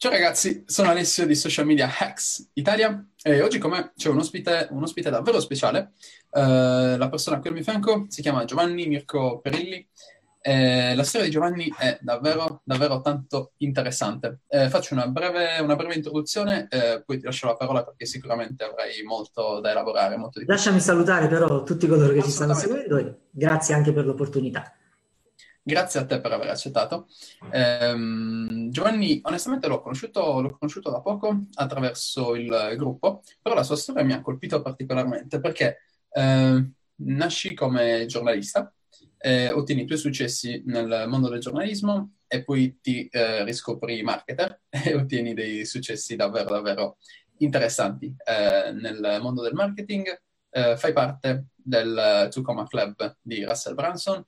Ciao ragazzi, sono Alessio di Social Media Hacks Italia e oggi con me c'è un ospite davvero speciale. La persona qui al mio fianco si chiama Giovanni Mirko Perilli. La storia di Giovanni è davvero, davvero tanto interessante. Faccio una breve introduzione, poi ti lascio la parola perché sicuramente avrai molto da elaborare, molto di più. Lasciami salutare però tutti coloro che ci stanno Assolutamente. seguendo e grazie anche per l'opportunità. Grazie a te per aver accettato. Giovanni, onestamente l'ho conosciuto da poco attraverso il gruppo, però la sua storia mi ha colpito particolarmente perché nasci come giornalista, ottieni i tuoi successi nel mondo del giornalismo e poi ti riscopri marketer e ottieni dei successi davvero, davvero interessanti nel mondo del marketing. Fai parte del Tucoma Club di Russell Brunson.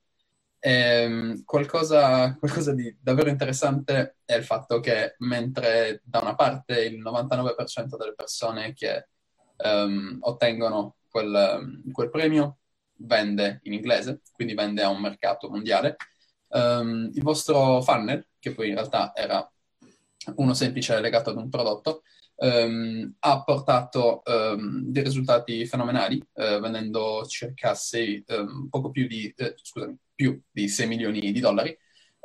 Qualcosa di davvero interessante è il fatto che mentre da una parte il 99% delle persone che ottengono quel premio vende in inglese, quindi vende a un mercato mondiale, il vostro funnel, che poi in realtà era uno semplice legato ad un prodotto, ha portato dei risultati fenomenali, vendendo circa poco più di, scusami, più di 6 milioni di dollari,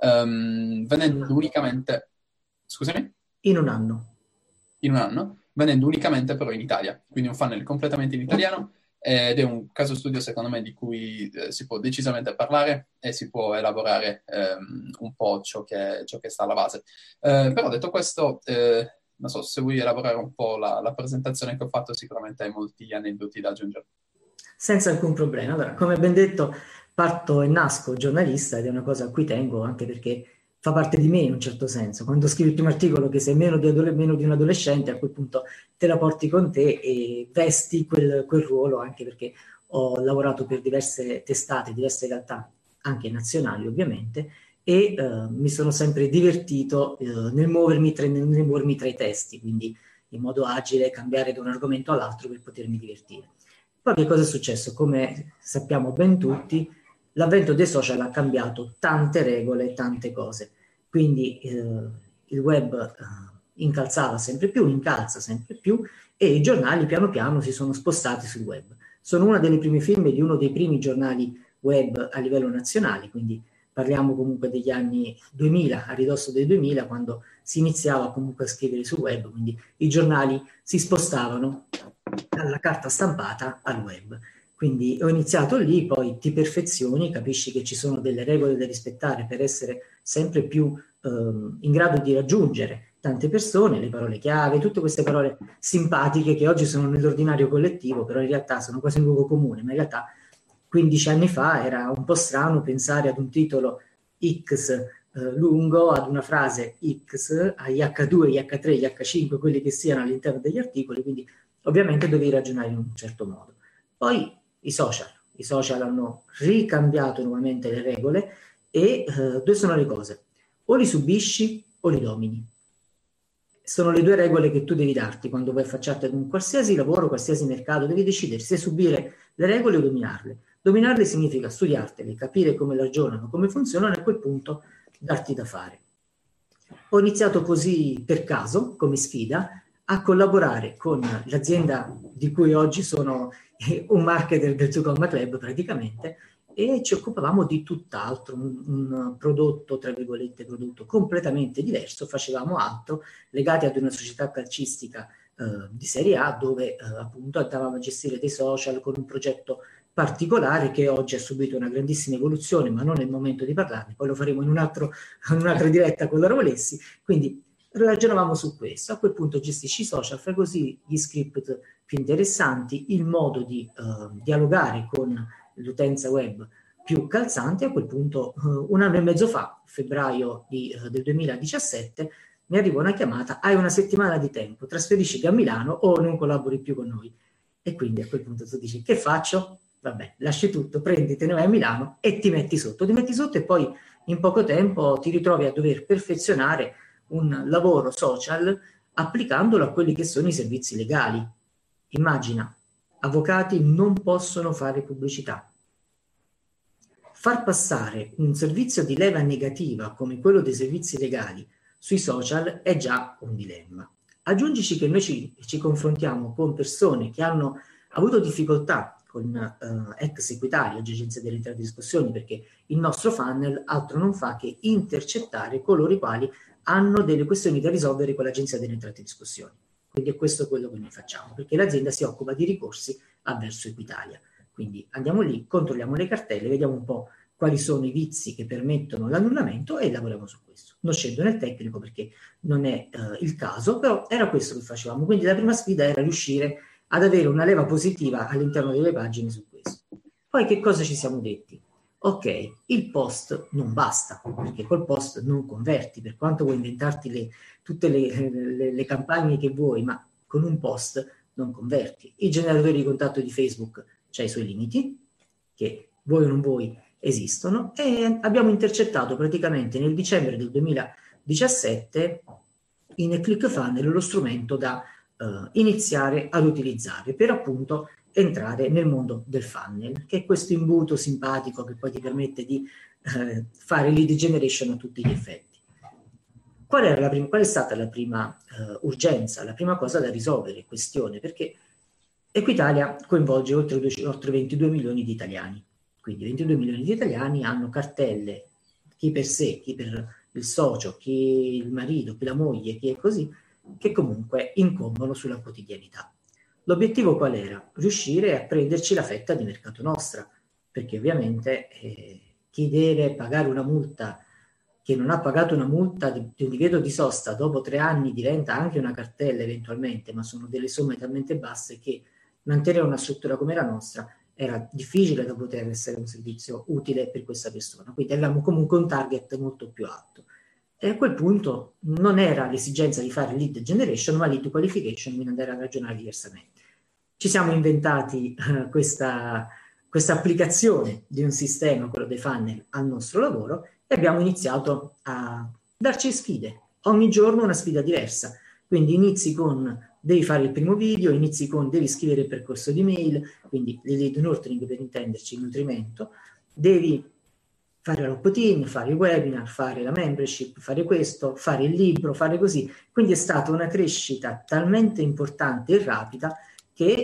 vendendo unicamente, scusami, In un anno. in un anno, vendendo unicamente però in Italia, quindi un funnel completamente in italiano ed è un caso studio secondo me di cui si può decisamente parlare e si può elaborare un po' ciò che sta alla base. Però detto questo, non so, se vuoi elaborare un po' la presentazione che ho fatto, sicuramente hai molti aneddoti da aggiungere. Senza alcun problema. Allora, come ben detto, parto e nasco giornalista ed è una cosa a cui tengo anche perché fa parte di me in un certo senso. Quando scrivi il primo articolo che sei meno di un adolescente, a quel punto te la porti con te e vesti quel ruolo, anche perché ho lavorato per diverse testate, diverse realtà, anche nazionali ovviamente, e mi sono sempre divertito nel muovermi tra i testi, quindi in modo agile cambiare da un argomento all'altro per potermi divertire. Poi che cosa è successo? Come sappiamo ben tutti, l'avvento dei social ha cambiato tante regole, tante cose. Quindi il web incalza sempre più e i giornali piano piano si sono spostati sul web. Sono una delle prime firme di uno dei primi giornali web a livello nazionale, quindi parliamo comunque degli anni 2000, a ridosso del 2000, quando si iniziava comunque a scrivere sul web, quindi i giornali si spostavano dalla carta stampata al web. Quindi ho iniziato lì, poi ti perfezioni, capisci che ci sono delle regole da rispettare per essere sempre più in grado di raggiungere tante persone, le parole chiave, tutte queste parole simpatiche che oggi sono nell'ordinario collettivo, però in realtà sono quasi un luogo comune, ma in realtà 15 anni fa era un po' strano pensare ad un titolo X lungo, ad una frase X, agli H2, gli H3, gli H5, quelli che siano all'interno degli articoli, quindi ovviamente dovevi ragionare in un certo modo. Poi i social hanno ricambiato nuovamente le regole e due sono le cose, o li subisci o li domini. Sono le due regole che tu devi darti quando vuoi affacciarti ad un qualsiasi lavoro, qualsiasi mercato, devi decidere se subire le regole o dominarle. Dominarle significa studiartele, capire come ragionano, come funzionano e a quel punto darti da fare. Ho iniziato così per caso, come sfida, a collaborare con l'azienda di cui oggi sono un marketer del Tucoma Club praticamente, e ci occupavamo di tutt'altro, un prodotto, tra virgolette, prodotto completamente diverso, facevamo altro, legati ad una società calcistica di Serie A, dove appunto andavamo a gestire dei social con un progetto particolare che oggi ha subito una grandissima evoluzione, ma non è il momento di parlarne, poi lo faremo in un'altra diretta qualora volessi, quindi ragionavamo su questo. A quel punto gestisci i social, fai così gli script più interessanti, il modo di dialogare con l'utenza web più calzante. A quel punto, un anno e mezzo fa, febbraio del 2017, mi arriva una chiamata: hai una settimana di tempo, trasferisciti a Milano o non collabori più con noi. E quindi a quel punto tu dici: che faccio? Vabbè, lasci tutto, prendi, te ne vai a Milano e ti metti sotto e poi in poco tempo ti ritrovi a dover perfezionare un lavoro social applicandolo a quelli che sono i servizi legali. Immagina, avvocati non possono fare pubblicità. Far passare un servizio di leva negativa come quello dei servizi legali sui social è già un dilemma. Aggiungici che noi ci confrontiamo con persone che hanno avuto difficoltà con ex Equitalia, oggi Agenzia delle Entrate e Riscossioni, perché il nostro funnel altro non fa che intercettare coloro i quali hanno delle questioni da risolvere con l'Agenzia delle Entrate e Riscossioni. Quindi è questo quello che noi facciamo, perché l'azienda si occupa di ricorsi avverso Equitalia. Quindi andiamo lì, controlliamo le cartelle, vediamo un po' quali sono i vizi che permettono l'annullamento e lavoriamo su questo. Non scendo nel tecnico perché non è il caso, però era questo che facevamo. Quindi la prima sfida era riuscire ad avere una leva positiva all'interno delle pagine su questo. Poi che cosa ci siamo detti? Ok, il post non basta, perché col post non converti, per quanto vuoi inventarti tutte le campagne che vuoi, ma con un post non converti. Il generatore di contatto di Facebook c'ha i suoi limiti, che vuoi o non vuoi esistono, e abbiamo intercettato praticamente nel dicembre del 2017 in ClickFunnels lo strumento da iniziare ad utilizzare per appunto entrare nel mondo del funnel, che è questo imbuto simpatico che poi ti permette di fare lead generation a tutti gli effetti. Qual è stata la prima urgenza, la prima cosa da risolvere, questione? Perché Equitalia coinvolge oltre 22 milioni di italiani, quindi 22 milioni di italiani hanno cartelle, chi per sé, chi per il socio, chi il marito, chi la moglie, chi è così, che comunque incombono sulla quotidianità. L'obiettivo qual era? Riuscire a prenderci la fetta di mercato nostra, perché ovviamente chi deve pagare una multa, che non ha pagato una multa di un divieto di sosta dopo 3 anni diventa anche una cartella eventualmente, ma sono delle somme talmente basse che mantenere una struttura come la nostra era difficile da poter essere un servizio utile per questa persona, quindi avevamo comunque un target molto più alto. E a quel punto non era l'esigenza di fare lead generation, ma lead qualification, quindi andare a ragionare diversamente. Ci siamo inventati questa applicazione di un sistema, quello dei funnel, al nostro lavoro e abbiamo iniziato a darci sfide. Ogni giorno una sfida diversa. Quindi inizi con devi fare il primo video, inizi con devi scrivere il percorso di mail, quindi il lead nurturing per intenderci, il nutrimento, devi fare l'opt-in, fare il webinar, fare la membership, fare questo, fare il libro, fare così. Quindi è stata una crescita talmente importante e rapida che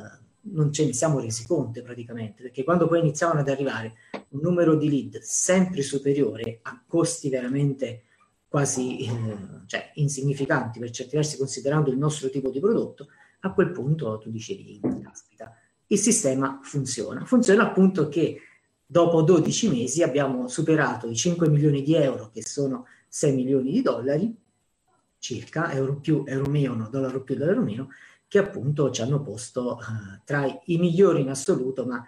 non ce ne siamo resi conto praticamente, perché quando poi iniziavano ad arrivare un numero di lead sempre superiore a costi veramente quasi insignificanti per certi versi considerando il nostro tipo di prodotto, a quel punto tu dicevi, caspita, il sistema funziona. Funziona appunto che dopo 12 mesi abbiamo superato i 5 milioni di euro, che sono 6 milioni di dollari, circa, euro più, euro meno, dollaro più, dollaro meno, che appunto ci hanno posto tra i migliori in assoluto, ma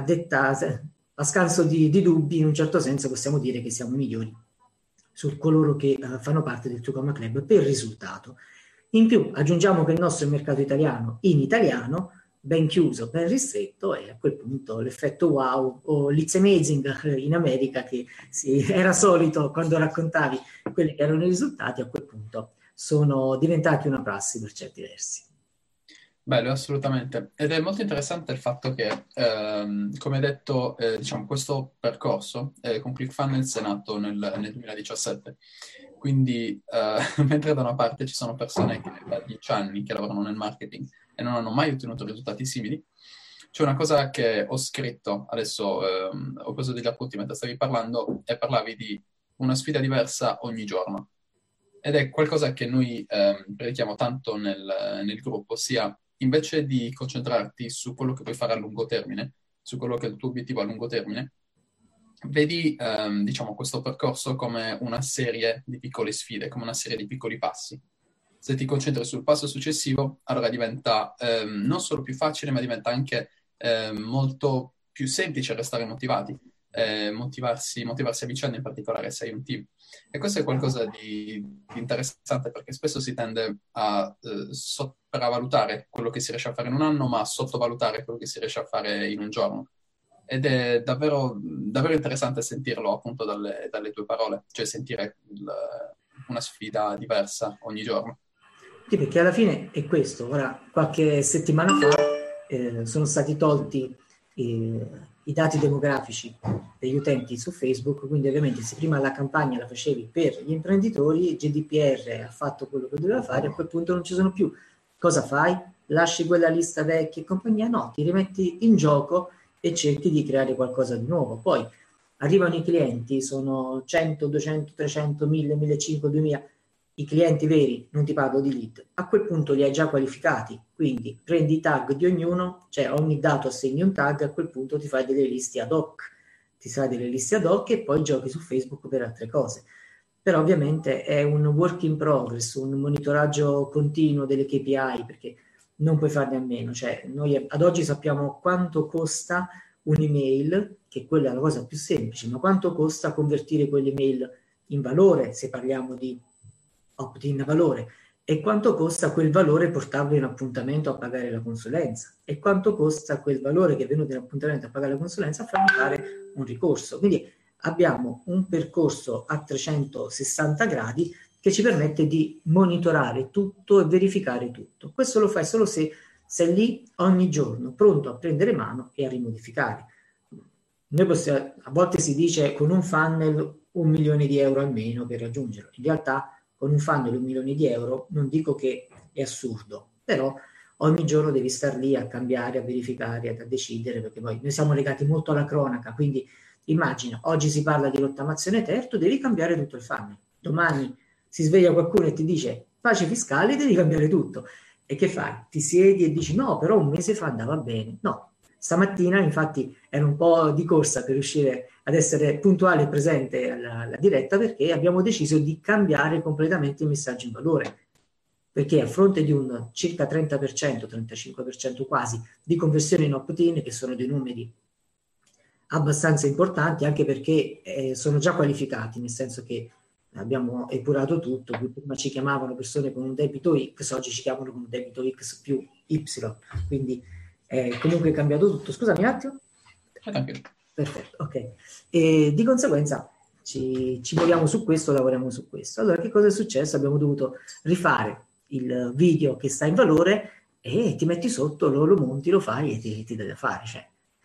a scanso di dubbi, in un certo senso possiamo dire che siamo i migliori su coloro che fanno parte del Tucoma Club per risultato. In più aggiungiamo che il nostro è il mercato italiano in italiano, ben chiuso, ben ristretto, e a quel punto l'effetto wow o l'It's Amazing in America, che era solito quando raccontavi quelli che erano i risultati, a quel punto sono diventati una prassi per certi versi. Bello, assolutamente. Ed è molto interessante il fatto che, come hai detto, diciamo, questo percorso con ClickFunnels è nato nel 2017. Quindi, mentre da una parte ci sono persone che da 10 anni che lavorano nel marketing e non hanno mai ottenuto risultati simili, c'è una cosa che ho scritto, adesso ho preso degli appunti mentre stavi parlando e parlavi di una sfida diversa ogni giorno. Ed è qualcosa che noi predichiamo tanto nel gruppo, ossia invece di concentrarti su quello che puoi fare a lungo termine, su quello che è il tuo obiettivo a lungo termine, vedi diciamo, questo percorso come una serie di piccole sfide, come una serie di piccoli passi. Se ti concentri sul passo successivo, allora diventa non solo più facile, ma diventa anche molto più semplice restare motivati, motivarsi a vicenda, in particolare se hai un team. E questo è qualcosa di interessante, perché spesso si tende a sopravvalutare quello che si riesce a fare in un anno, ma a sottovalutare quello che si riesce a fare in un giorno. Ed è davvero, davvero interessante sentirlo appunto dalle tue parole, cioè sentire una sfida diversa ogni giorno. Sì, perché alla fine è questo. Ora, qualche settimana fa sono stati tolti i dati demografici degli utenti su Facebook, quindi ovviamente se prima la campagna la facevi per gli imprenditori, il GDPR ha fatto quello che doveva fare, a quel punto non ci sono più. Cosa fai? Lasci quella lista vecchia e compagnia? No, ti rimetti in gioco e cerchi di creare qualcosa di nuovo. Poi arrivano i clienti, sono 100, 200, 300, 1000, 1500, 2000, i clienti veri, non ti parlo di lead, a quel punto li hai già qualificati, quindi prendi i tag di ognuno, cioè ogni dato assegni un tag, a quel punto ti fai delle liste ad hoc, e poi giochi su Facebook per altre cose. Però ovviamente è un work in progress, un monitoraggio continuo delle KPI, perché non puoi farne a meno, cioè noi ad oggi sappiamo quanto costa un'email, che quella è la cosa più semplice, ma quanto costa convertire quell'email in valore, se parliamo di opt-in valore, e quanto costa quel valore portarlo in appuntamento a pagare la consulenza, e quanto costa quel valore che è venuto in appuntamento a pagare la consulenza a farmi fare un ricorso. Quindi abbiamo un percorso a 360 gradi che ci permette di monitorare tutto e verificare tutto. Questo lo fai solo se sei lì ogni giorno, pronto a prendere mano e a rimodificare. Noi possiamo, a volte si dice con un funnel 1 milione di euro almeno per raggiungerlo. In realtà con un funnel 1 milione di euro non dico che è assurdo, però ogni giorno devi star lì a cambiare, a verificare, a decidere, perché poi noi siamo legati molto alla cronaca, quindi immagina, oggi si parla di rottamazione ter, tu devi cambiare tutto il funnel. Domani si sveglia qualcuno e ti dice pace fiscale, devi cambiare tutto. E che fai? Ti siedi e dici no, però un mese fa andava bene. No, stamattina infatti ero un po' di corsa per riuscire ad essere puntuale e presente alla diretta, perché abbiamo deciso di cambiare completamente il messaggio in valore. Perché a fronte di un circa 30%, 35% quasi, di conversione in opt-in, che sono dei numeri abbastanza importanti, anche perché sono già qualificati, nel senso che abbiamo epurato tutto. Prima ci chiamavano persone con un debito X, oggi ci chiamano con un debito X più Y, quindi comunque è cambiato tutto. Scusami un attimo. Perfetto, ok. E di conseguenza ci muoviamo su questo, lavoriamo su questo. Allora, che cosa è successo? Abbiamo dovuto rifare il video che sta in valore e ti metti sotto, lo monti, lo fai e ti dai da fare. Cioè,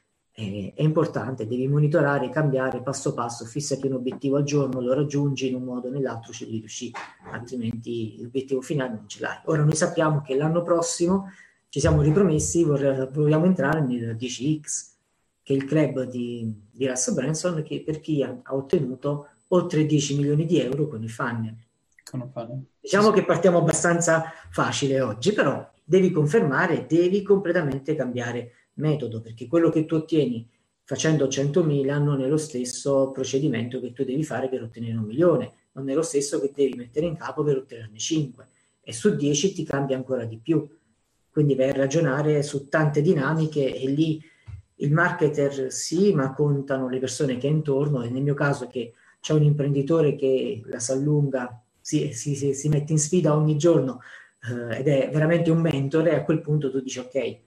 è importante, devi monitorare, cambiare passo passo, fissati un obiettivo al giorno, lo raggiungi in un modo o nell'altro, ci devi riuscire, altrimenti l'obiettivo finale non ce l'hai. Ora noi sappiamo che l'anno prossimo ci siamo ripromessi, vogliamo entrare nel 10X, che è il club di Russell Branson, che per chi ha ottenuto oltre 10 milioni di euro con il funnel. Diciamo che partiamo abbastanza facile oggi, però devi confermare, devi completamente cambiare metodo, perché quello che tu ottieni facendo 100.000 non è lo stesso procedimento che tu devi fare per ottenere 1 milione, non è lo stesso che devi mettere in capo per ottenerne 5, e su 10 ti cambia ancora di più. Quindi vai a ragionare su tante dinamiche, e lì il marketer sì, ma contano le persone che è intorno, e nel mio caso che c'è un imprenditore che la sa lunga, si mette in sfida ogni giorno, ed è veramente un mentore, e a quel punto tu dici ok,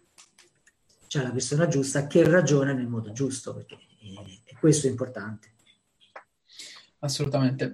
c'è la persona giusta che ragiona nel modo giusto, perché questo è importante. Assolutamente.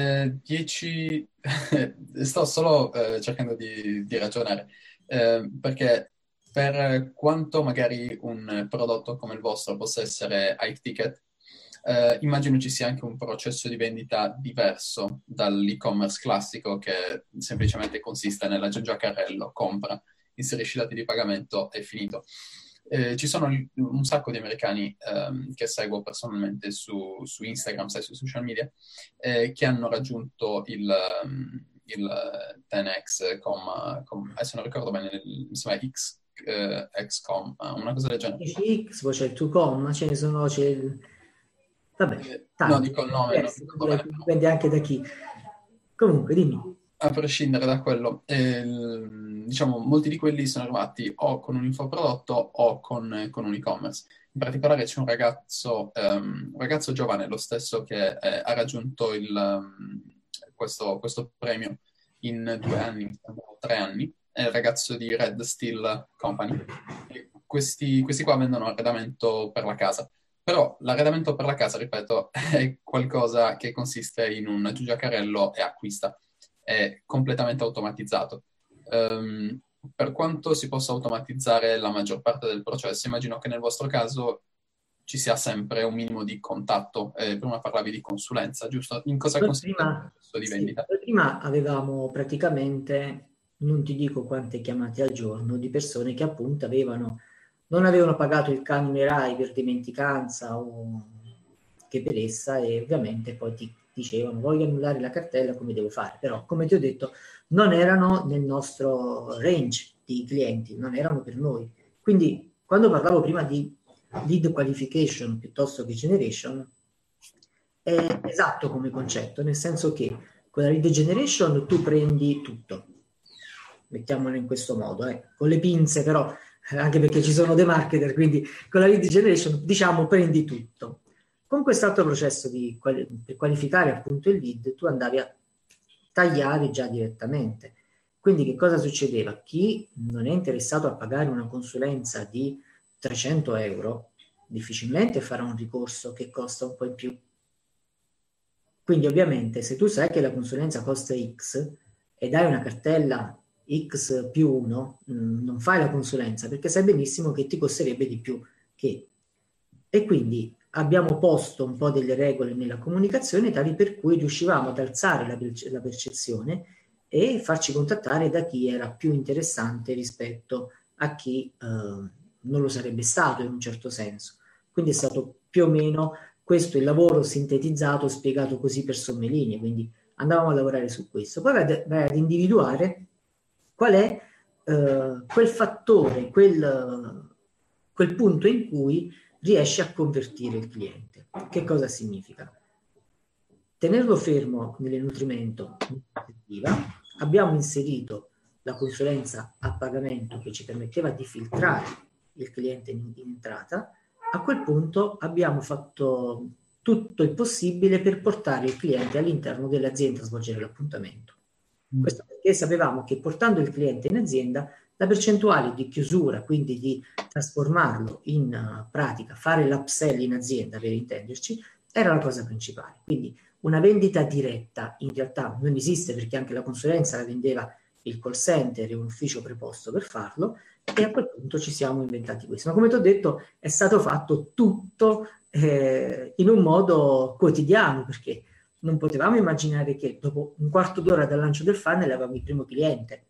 10 sto solo cercando di ragionare, perché per quanto magari un prodotto come il vostro possa essere high ticket, immagino ci sia anche un processo di vendita diverso dall'e-commerce classico, che semplicemente consiste nell'aggiungi a carrello, compra, inserisci i dati di pagamento e finito. Ci sono un sacco di americani che seguo personalmente su Instagram, sui social media, che hanno raggiunto il 10x, adesso non ricordo bene, insomma, XCOM, una cosa del genere. X, poi c'è il 2Com, ce ne sono, vabbè, tanti. No, dico il nome, dipende anche da chi. Comunque, dimmi. A prescindere da quello, diciamo, molti di quelli sono arrivati o con un infoprodotto o con un e-commerce. In particolare c'è un ragazzo giovane, lo stesso, che ha raggiunto questo premio in 2 anni, 3 anni. È il ragazzo di Red Steel Company. E questi qua vendono arredamento per la casa. Però l'arredamento per la casa, ripeto, è qualcosa che consiste in un aggiungi a carrello e acquista. È completamente automatizzato. per quanto si possa automatizzare la maggior parte del processo, immagino che nel vostro caso ci sia sempre un minimo di contatto. Prima parlavi di consulenza, giusto? In cosa Noi consiste il prima, processo di sì, vendita? noi prima avevamo praticamente, non ti dico quante chiamate al giorno, di persone che appunto non avevano pagato il canone RAI per dimenticanza o che per essa, e ovviamente poi ti dicevano voglio annullare la cartella, come devo fare? Però, come ti ho detto, non erano nel nostro range di clienti, non erano per noi. Quindi, quando parlavo prima di lead qualification piuttosto che generation, è esatto come concetto, nel senso che con la lead generation tu prendi tutto, mettiamolo in questo modo, con le pinze però, anche perché ci sono dei marketer, quindi con la lead generation diciamo prendi tutto. Con quest'altro processo per qualificare appunto il lead, tu andavi a tagliare già direttamente. Quindi che cosa succedeva? Chi non è interessato a pagare una consulenza di 300 euro difficilmente farà un ricorso che costa un po' in più. Quindi ovviamente se tu sai che la consulenza costa X e hai una cartella X più 1, non fai la consulenza perché sai benissimo che ti costerebbe di più che. E quindi abbiamo posto un po' delle regole nella comunicazione tali per cui riuscivamo ad alzare la percezione e farci contattare da chi era più interessante rispetto a chi non lo sarebbe stato in un certo senso. Quindi è stato più o meno questo il lavoro sintetizzato, spiegato così per somme linee, quindi andavamo a lavorare su questo. Poi vai ad individuare qual è quel fattore, quel punto in cui riesci a convertire il cliente. Che cosa significa? Tenerlo fermo nell'nutrimento abbiamo inserito la consulenza a pagamento che ci permetteva di filtrare il cliente in entrata. A quel punto abbiamo fatto tutto il possibile per portare il cliente all'interno dell'azienda a svolgere l'appuntamento. Questo perché sapevamo che portando il cliente in azienda la percentuale di chiusura, quindi di trasformarlo in pratica, fare l'upsell in azienda per intenderci, era la cosa principale. Quindi una vendita diretta in realtà non esiste perché anche la consulenza la vendeva il call center e un ufficio preposto per farlo, e a quel punto ci siamo inventati questo. Ma come ti ho detto è stato fatto tutto in un modo quotidiano, perché non potevamo immaginare che dopo un quarto d'ora dal lancio del funnel avevamo il primo cliente.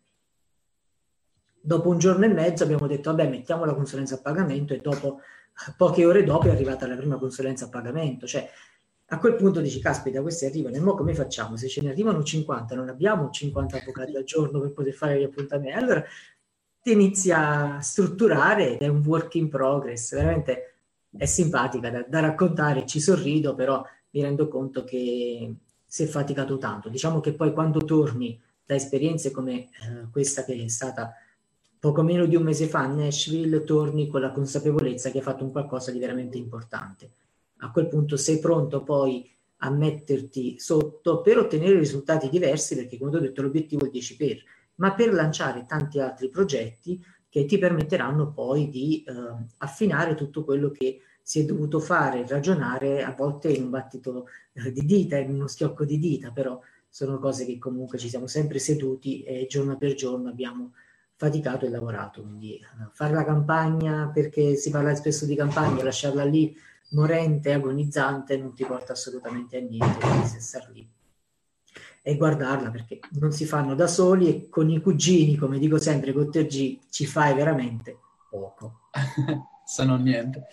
Dopo un giorno e mezzo abbiamo detto vabbè mettiamo la consulenza a pagamento, e dopo poche ore dopo è arrivata la prima consulenza a pagamento. Cioè a quel punto dici caspita, questi arrivano e mo come facciamo? Se ce ne arrivano 50 non abbiamo 50 avvocati al giorno per poter fare gli appuntamenti. Allora ti inizia a strutturare ed è un work in progress, veramente è simpatica da raccontare, ci sorrido, però mi rendo conto che si è faticato tanto. Diciamo che poi quando torni da esperienze come questa che è stata poco meno di un mese fa a Nashville, torni con la consapevolezza che hai fatto un qualcosa di veramente importante. A quel punto sei pronto poi a metterti sotto per ottenere risultati diversi, perché come ti ho detto l'obiettivo è il 10 per, ma per lanciare tanti altri progetti che ti permetteranno poi di affinare tutto quello che si è dovuto fare, ragionare a volte in un battito di dita, in uno schiocco di dita, però sono cose che comunque ci siamo sempre seduti e giorno per giorno abbiamo faticato e lavorato. Quindi fare la campagna, perché si parla spesso di campagna, lasciarla lì morente, agonizzante, non ti porta assolutamente a niente, devi star lì e guardarla, perché non si fanno da soli e con i cugini, come dico sempre, con TG ci fai veramente poco. Se non niente.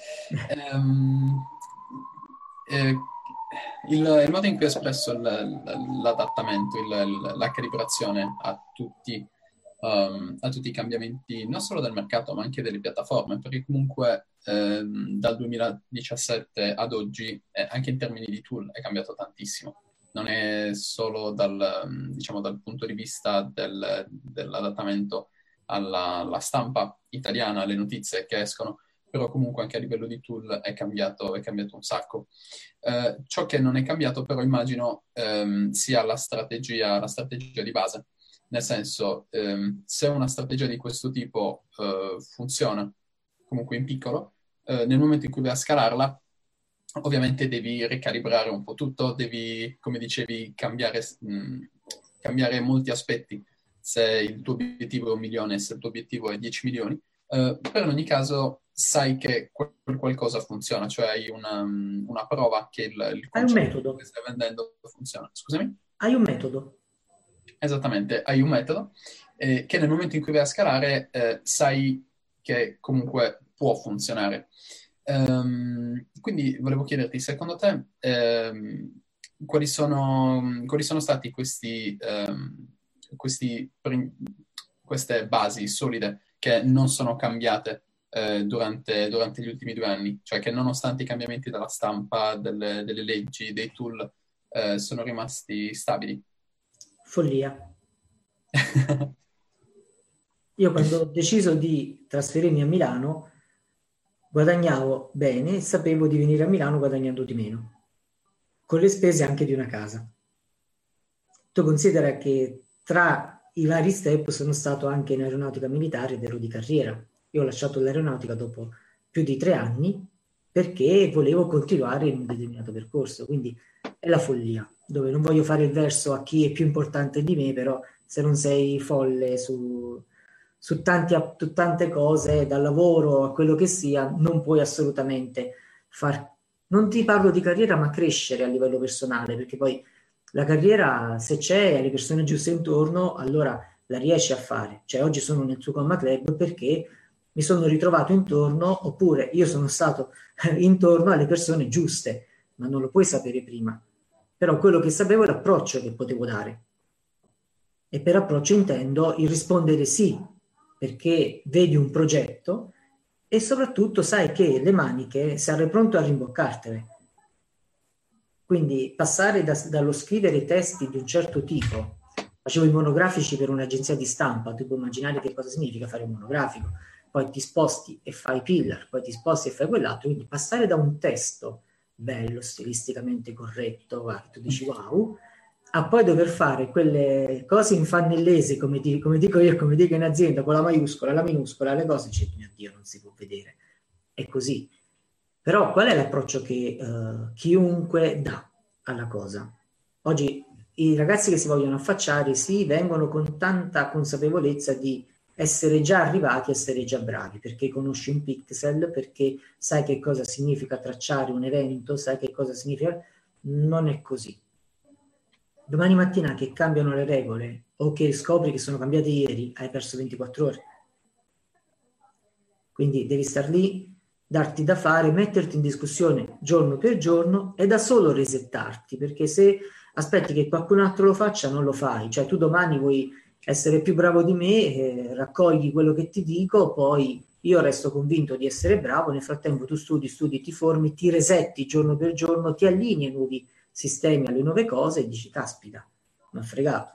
Eh, il modo in cui ho espresso l'adattamento, la calibrazione a tutti i cambiamenti, non solo del mercato, ma anche delle piattaforme, perché comunque dal 2017 ad oggi, anche in termini di tool, è cambiato tantissimo. Non è solo diciamo, dal punto di vista dell'adattamento alla stampa italiana, alle notizie che escono, però comunque anche a livello di tool è cambiato un sacco. Ciò che non è cambiato però immagino sia la strategia di base, nel senso se una strategia di questo tipo funziona comunque in piccolo, nel momento in cui vai a scalarla ovviamente devi ricalibrare un po' tutto, devi, come dicevi, cambiare molti aspetti se il tuo obiettivo è 1 milione, se il tuo obiettivo è 10 milioni, però in ogni caso sai che quel qualcosa funziona, cioè hai una prova che il Hai un concetto metodo, che stai vendendo funziona. Scusami? hai un metodo. Esattamente, hai un metodo che nel momento in cui vai a scalare sai che comunque può funzionare. Quindi volevo chiederti, secondo te, quali sono stati queste basi solide che non sono cambiate durante gli ultimi 2 anni? Cioè che nonostante i cambiamenti della stampa, delle leggi, dei tool, sono rimasti stabili? Follia. Io quando ho deciso di trasferirmi a Milano guadagnavo bene e sapevo di venire a Milano guadagnando di meno, con le spese anche di una casa. Tu considera che tra i vari step sono stato anche in aeronautica militare ed ero di carriera. Io ho lasciato l'aeronautica dopo più di 3 anni perché volevo continuare in un determinato percorso, quindi è la follia, dove non voglio fare il verso a chi è più importante di me, però se non sei folle su tante cose, dal lavoro a quello che sia, non puoi assolutamente non ti parlo di carriera, ma crescere a livello personale, perché poi la carriera, se c'è, e le persone giuste intorno, allora la riesci a fare. Cioè, oggi sono nel Tsukomma Club perché mi sono ritrovato intorno, oppure io sono stato intorno alle persone giuste, ma non lo puoi sapere prima. Però quello che sapevo è l'approccio che potevo dare. E per approccio intendo il rispondere sì, perché vedi un progetto e soprattutto sai che le maniche sarai pronto a rimboccartele. Quindi passare dallo scrivere testi di un certo tipo, facevo i monografici per un'agenzia di stampa, tu puoi immaginare che cosa significa fare un monografico, poi ti sposti e fai pillar, poi ti sposti e fai quell'altro, quindi passare da un testo bello, stilisticamente corretto, tu dici wow, a poi dover fare quelle cose infannellese, come dico io, come dico in azienda, con la maiuscola, la minuscola, le cose, dice, mio Dio, non si può vedere. È così. Però qual è l'approccio che chiunque dà alla cosa? Oggi i ragazzi che si vogliono affacciare si vengono con tanta consapevolezza di essere già arrivati, essere già bravi, perché conosci un pixel, perché sai che cosa significa tracciare un evento, sai che cosa significa... Non è così. Domani mattina che cambiano le regole o che scopri che sono cambiate ieri, hai perso 24 ore. Quindi devi star lì, darti da fare, metterti in discussione giorno per giorno e da solo resettarti, perché se aspetti che qualcun altro lo faccia, non lo fai. Cioè tu domani vuoi essere più bravo di me, raccogli quello che ti dico, poi io resto convinto di essere bravo, nel frattempo tu studi, ti formi, ti resetti giorno per giorno, ti allinei ai nuovi sistemi, alle nuove cose e dici, caspita, mi ha fregato.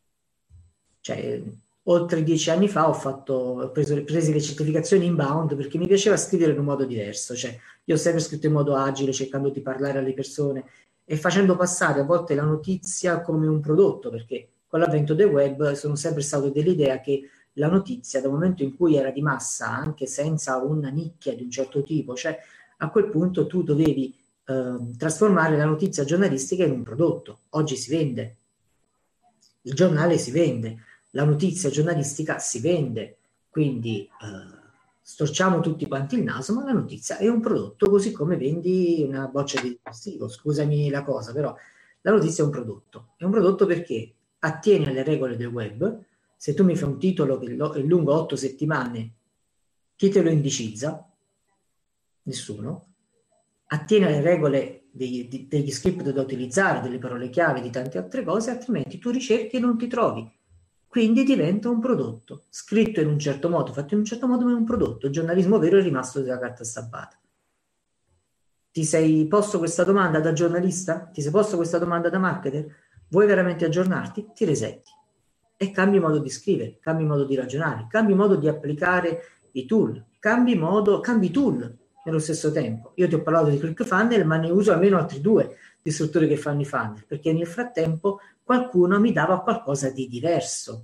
Cioè, oltre 10 anni fa ho preso le certificazioni inbound perché mi piaceva scrivere in un modo diverso. Cioè, io ho sempre scritto in modo agile, cercando di parlare alle persone e facendo passare a volte la notizia come un prodotto, perché con l'avvento del web sono sempre stato dell'idea che la notizia, dal momento in cui era di massa, anche senza una nicchia di un certo tipo, cioè a quel punto tu dovevi trasformare la notizia giornalistica in un prodotto. Oggi si vende, il giornale si vende, la notizia giornalistica si vende, quindi storciamo tutti quanti il naso, ma la notizia è un prodotto, così come vendi una boccia di detersivo, scusami la cosa, però la notizia è un prodotto perché attiene alle regole del web. Se tu mi fai un titolo che è lungo 8 settimane, chi te lo indicizza? Nessuno. Attiene alle regole degli script da utilizzare, delle parole chiave, di tante altre cose, altrimenti tu ricerchi e non ti trovi. Quindi diventa un prodotto, scritto in un certo modo, fatto in un certo modo, ma è un prodotto. Il giornalismo vero è rimasto della carta stampata. Ti sei posto questa domanda da giornalista? Ti sei posto questa domanda da marketer? Vuoi veramente aggiornarti? Ti resetti e cambi modo di scrivere, cambi modo di ragionare, cambi modo di applicare i tool, cambi tool nello stesso tempo. Io ti ho parlato di ClickFunnels, ma ne uso almeno altri 2 di strutture che fanno i funnel, perché nel frattempo qualcuno mi dava qualcosa di diverso,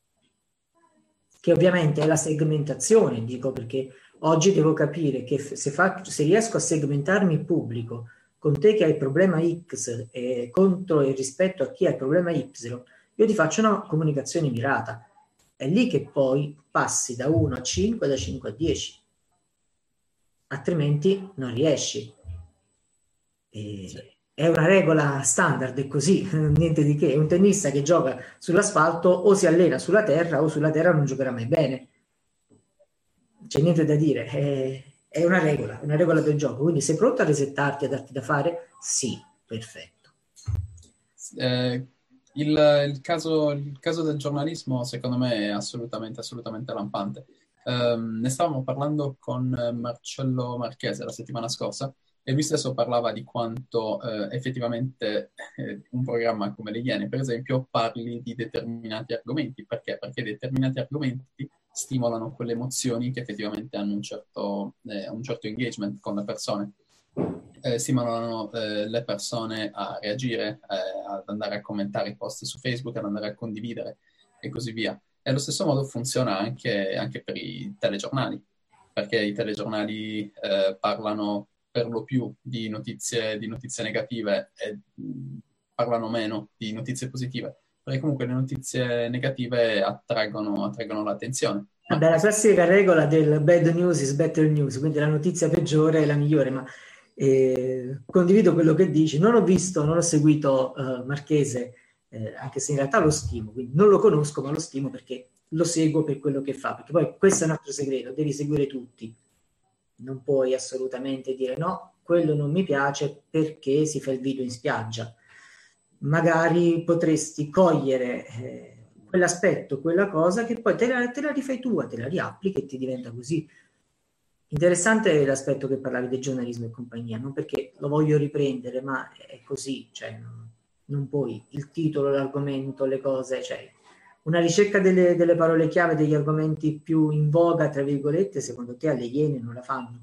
che ovviamente è la segmentazione, dico, perché oggi devo capire che se riesco a segmentarmi il pubblico con te che hai il problema X e contro e rispetto a chi ha il problema Y, io ti faccio una comunicazione mirata. È lì che poi passi da 1 a 5, da 5 a 10. Altrimenti non riesci. È una regola standard, è così, niente di che. Un tennista che gioca sull'asfalto o si allena sulla terra o sulla terra non giocherà mai bene. C'è niente da dire, è una regola del gioco. Quindi sei pronto a resettarti, a darti da fare? Sì, perfetto. Il caso del giornalismo secondo me è assolutamente lampante. Ne stavamo parlando con Marcello Marchese la settimana scorsa e lui stesso parlava di quanto effettivamente un programma come Le Iene, per esempio, parli di determinati argomenti. Perché? Perché determinati argomenti stimolano quelle emozioni che effettivamente hanno un certo engagement con le persone. Stimolano le persone a reagire, ad andare a commentare i post su Facebook, ad andare a condividere e così via. E allo stesso modo funziona anche per i telegiornali, perché i telegiornali parlano per lo più di notizie negative e parlano meno di notizie positive, perché comunque le notizie negative attraggono l'attenzione. Vabbè, la classica regola del bad news is better news, quindi la notizia peggiore è la migliore, ma condivido quello che dici. Non ho seguito Marchese, anche se in realtà lo stimo, quindi non lo conosco, ma lo stimo perché lo seguo per quello che fa, perché poi questo è un altro segreto, devi seguire tutti. Non puoi assolutamente dire no, quello non mi piace perché si fa il video in spiaggia. Magari potresti cogliere quell'aspetto, quella cosa che poi te la rifai tua, te la riapplichi e ti diventa così. Interessante l'aspetto che parlavi del giornalismo e compagnia, non perché lo voglio riprendere, ma è così, cioè non puoi, il titolo, l'argomento, le cose, cioè una ricerca delle parole chiave, degli argomenti più in voga, tra virgolette, secondo te alle Iene non la fanno?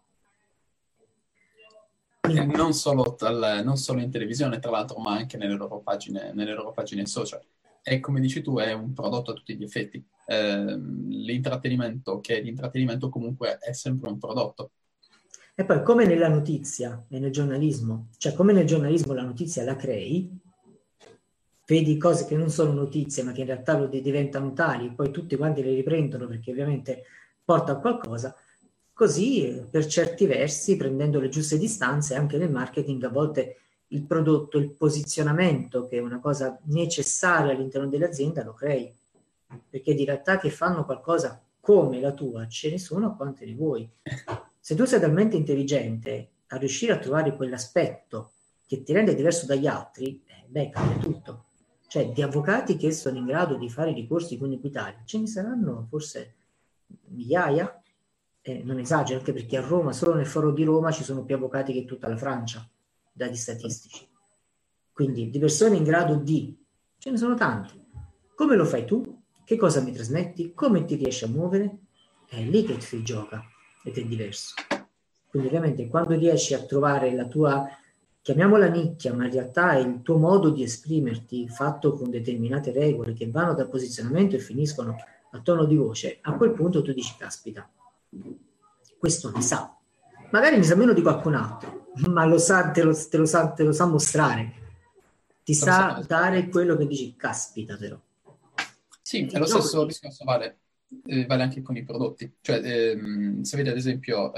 Non solo in televisione, tra l'altro, ma anche nelle loro pagine social. E come dici tu, è un prodotto a tutti gli effetti. L'intrattenimento comunque è sempre un prodotto. E poi, come nella notizia e nel giornalismo, cioè come nel giornalismo la notizia la crei, vedi cose che non sono notizie, ma che in realtà diventano tali, e poi tutti quanti le riprendono perché ovviamente porta a qualcosa. Così, per certi versi, prendendo le giuste distanze, anche nel marketing, a volte il prodotto, il posizionamento, che è una cosa necessaria all'interno dell'azienda, lo crei. Perché di realtà che fanno qualcosa come la tua, ce ne sono quante ne vuoi. Se tu sei talmente intelligente a riuscire a trovare quell'aspetto che ti rende diverso dagli altri, cambia tutto. Cioè, di avvocati che sono in grado di fare i ricorsi con Equitalia, ce ne saranno forse migliaia, non esagero, anche perché a Roma, solo nel foro di Roma, ci sono più avvocati che in tutta la Francia, dati statistici. Quindi di persone in grado di, ce ne sono tanti. Come lo fai tu? Che cosa mi trasmetti? Come ti riesci a muovere? È lì che si gioca ed è diverso. Quindi ovviamente quando riesci a trovare la tua, chiamiamola nicchia, ma in realtà è il tuo modo di esprimerti fatto con determinate regole che vanno dal posizionamento e finiscono al tono di voce, a quel punto tu dici, caspita, questo ne sa. Magari ne sa meno di qualcun altro, ma lo sa, te lo sa mostrare. Ti sa dare quello che dici, caspita però. Sì, è lo stesso discorso vale anche con i prodotti. Cioè, se vedi ad esempio,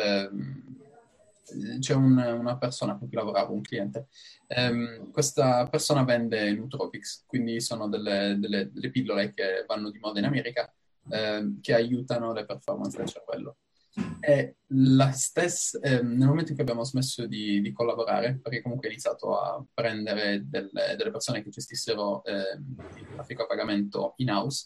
c'è una persona con cui lavoravo, un cliente, questa persona vende Nootropics, quindi sono delle pillole che vanno di moda in America, che aiutano le performance del cervello. È la stessa, nel momento in cui abbiamo smesso di collaborare, perché comunque ho iniziato a prendere delle persone che gestissero il traffico a pagamento in-house,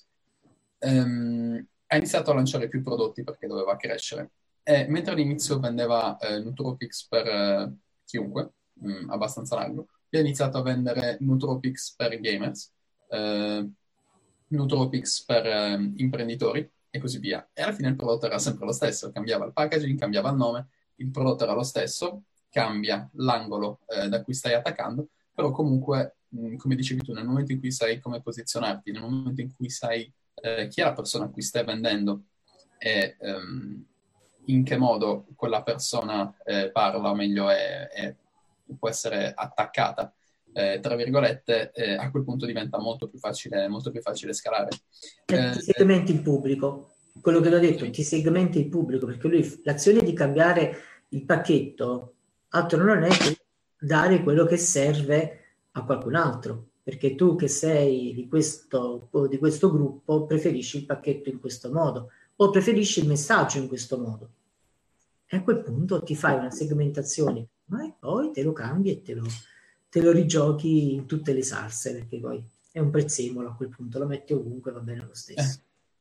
ha iniziato a lanciare più prodotti perché doveva crescere. E mentre all'inizio vendeva Nootropics per chiunque, abbastanza largo, io ho iniziato a vendere Nootropics per gamers, Nootropics per imprenditori, e così via. E alla fine il prodotto era sempre lo stesso, cambiava il packaging, cambiava il nome, il prodotto era lo stesso, cambia l'angolo da cui stai attaccando, però comunque, come dicevi tu, nel momento in cui sai come posizionarti, nel momento in cui sai chi è la persona a cui stai vendendo e in che modo quella persona parla, o meglio può essere attaccata tra virgolette, a quel punto diventa molto più facile scalare. Ti segmenti il pubblico, quello che l'ho detto, ti segmenti il pubblico, perché lui l'azione di cambiare il pacchetto altro non è che dare quello che serve a qualcun altro, perché tu che sei di questo gruppo preferisci il pacchetto in questo modo o preferisci il messaggio in questo modo. E a quel punto ti fai una segmentazione, ma e poi te lo cambi e te lo rigiochi in tutte le salse, perché poi è un prezzemolo a quel punto, lo metti ovunque, va bene lo stesso.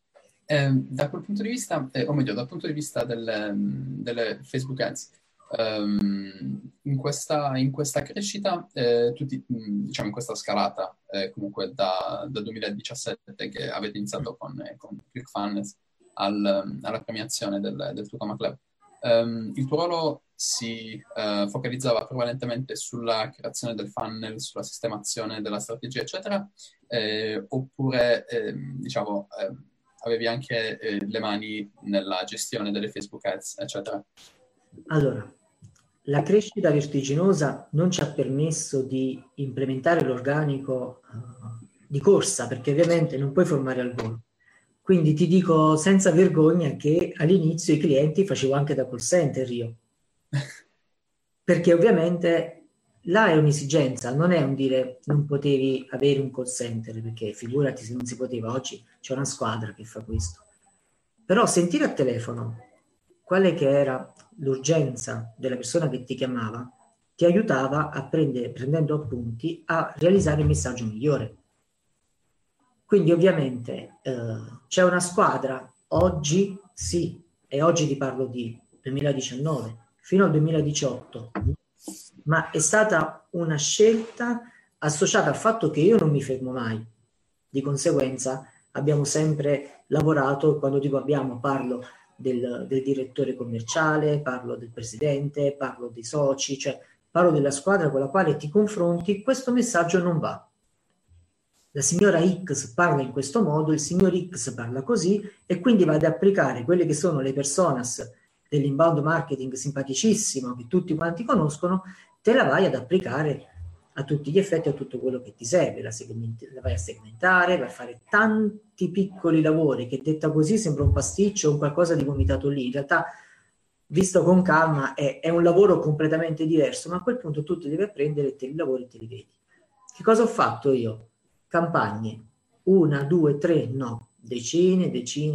Da quel punto di vista, o meglio, dal punto di vista delle Facebook Ads, in questa crescita, diciamo in questa scalata, comunque dal 2017 che avete iniziato con ClickFunnels alla premiazione del Tucama Club, il tuo ruolo si focalizzava prevalentemente sulla creazione del funnel, sulla sistemazione della strategia, eccetera, oppure, diciamo, avevi anche le mani nella gestione delle Facebook Ads, eccetera? Allora, la crescita vertiginosa non ci ha permesso di implementare l'organico di corsa, perché ovviamente non puoi formare al volo. Quindi ti dico senza vergogna che all'inizio i clienti facevo anche da call center io. Perché ovviamente là è un'esigenza, non è un dire non potevi avere un call center, perché figurati se non si poteva, oggi c'è una squadra che fa questo. Però sentire al telefono quale che era l'urgenza della persona che ti chiamava ti aiutava a prendendo appunti, a realizzare il messaggio migliore. Quindi ovviamente c'è una squadra, oggi sì, e oggi ti parlo di 2019, fino al 2018, ma è stata una scelta associata al fatto che io non mi fermo mai. Di conseguenza abbiamo sempre lavorato, quando dico abbiamo parlo del direttore commerciale, parlo del presidente, parlo dei soci, cioè parlo della squadra con la quale ti confronti, questo messaggio non va. La signora X parla in questo modo, il signor X parla così, e quindi va ad applicare quelle che sono le personas dell'inbound marketing simpaticissimo che tutti quanti conoscono, te la vai ad applicare a tutti gli effetti, a tutto quello che ti serve, la vai a segmentare, vai a fare tanti piccoli lavori che detta così sembra un pasticcio o un qualcosa di vomitato lì, in realtà visto con calma è un lavoro completamente diverso, ma a quel punto tu ti devi apprendere e te li lavori e te li vedi. Che cosa ho fatto io? Campagne, 1, 2, 3, no, decine,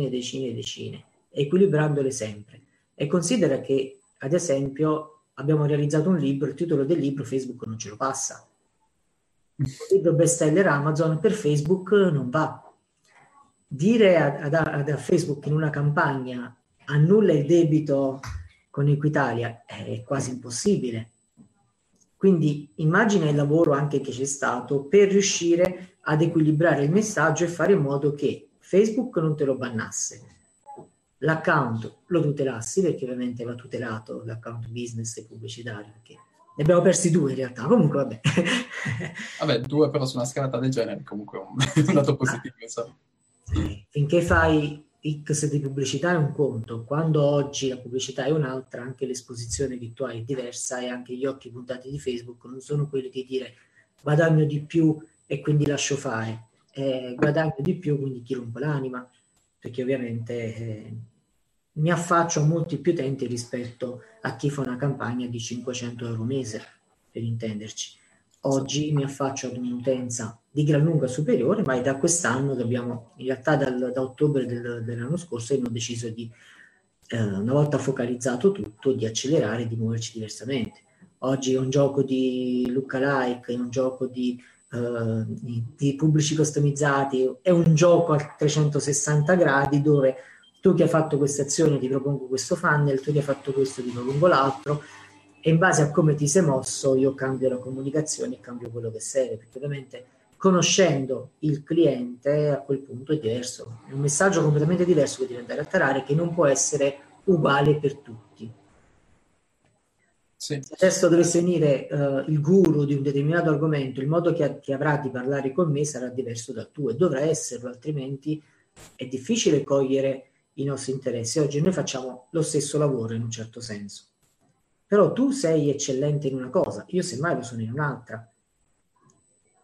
equilibrandole sempre. E considera che, ad esempio, abbiamo realizzato un libro, il titolo del libro Facebook non ce lo passa. Un libro bestseller Amazon per Facebook non va. Dire a Facebook in una campagna annulla il debito con Equitalia è quasi impossibile. Quindi immagina il lavoro anche che c'è stato per riuscire ad equilibrare il messaggio e fare in modo che Facebook non te lo bannasse, l'account lo tutelassi, perché ovviamente va tutelato l'account business e pubblicitario, perché ne abbiamo persi 2 in realtà, comunque vabbè. Vabbè, 2 però su una scalata del genere comunque è un dato positivo, insomma. Finché fai X di pubblicità è un conto, quando oggi la pubblicità è un'altra, anche l'esposizione che tu hai è diversa, e anche gli occhi puntati di Facebook non sono quelli di dire guadagno di più e quindi lascio fare, guadagno di più quindi ti rompo l'anima, perché ovviamente mi affaccio a molti più utenti rispetto a chi fa una campagna di 500 euro mese, per intenderci. Oggi mi affaccio ad un'utenza di gran lunga superiore, ma da quest'anno dobbiamo, in realtà da ottobre dell'anno scorso, abbiamo deciso di, una volta focalizzato tutto, di accelerare e di muoverci diversamente. Oggi è un gioco di lookalike, è un gioco di pubblici customizzati, è un gioco a 360 gradi dove tu che hai fatto questa azione ti propongo questo funnel, tu che hai fatto questo ti propongo l'altro, e in base a come ti sei mosso io cambio la comunicazione e cambio quello che serve, perché ovviamente conoscendo il cliente a quel punto è diverso, è un messaggio completamente diverso che devi andare a tarare, che non può essere uguale per tutti. Sì. Se adesso dovesse venire il guru di un determinato argomento, il modo che avrà di parlare con me sarà diverso dal tuo, e dovrà esserlo, altrimenti è difficile cogliere i nostri interessi. Oggi noi facciamo lo stesso lavoro in un certo senso, però tu sei eccellente in una cosa, io semmai lo sono in un'altra,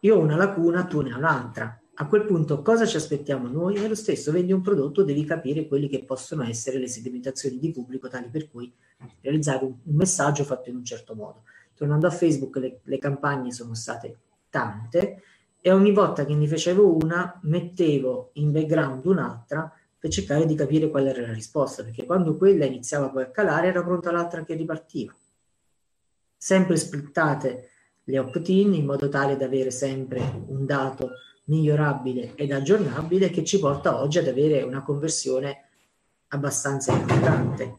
io ho una lacuna, tu ne hai un'altra. A quel punto cosa ci aspettiamo noi? È lo stesso, vendi un prodotto, devi capire quelli che possono essere le segmentazioni di pubblico tali per cui realizzare un messaggio fatto in un certo modo. Tornando a Facebook, le campagne sono state tante e ogni volta che ne facevo una mettevo in background un'altra per cercare di capire qual era la risposta, perché quando quella iniziava poi a calare era pronta l'altra che ripartiva. Sempre splittate le opt-in in modo tale da avere sempre un dato migliorabile ed aggiornabile che ci porta oggi ad avere una conversione abbastanza importante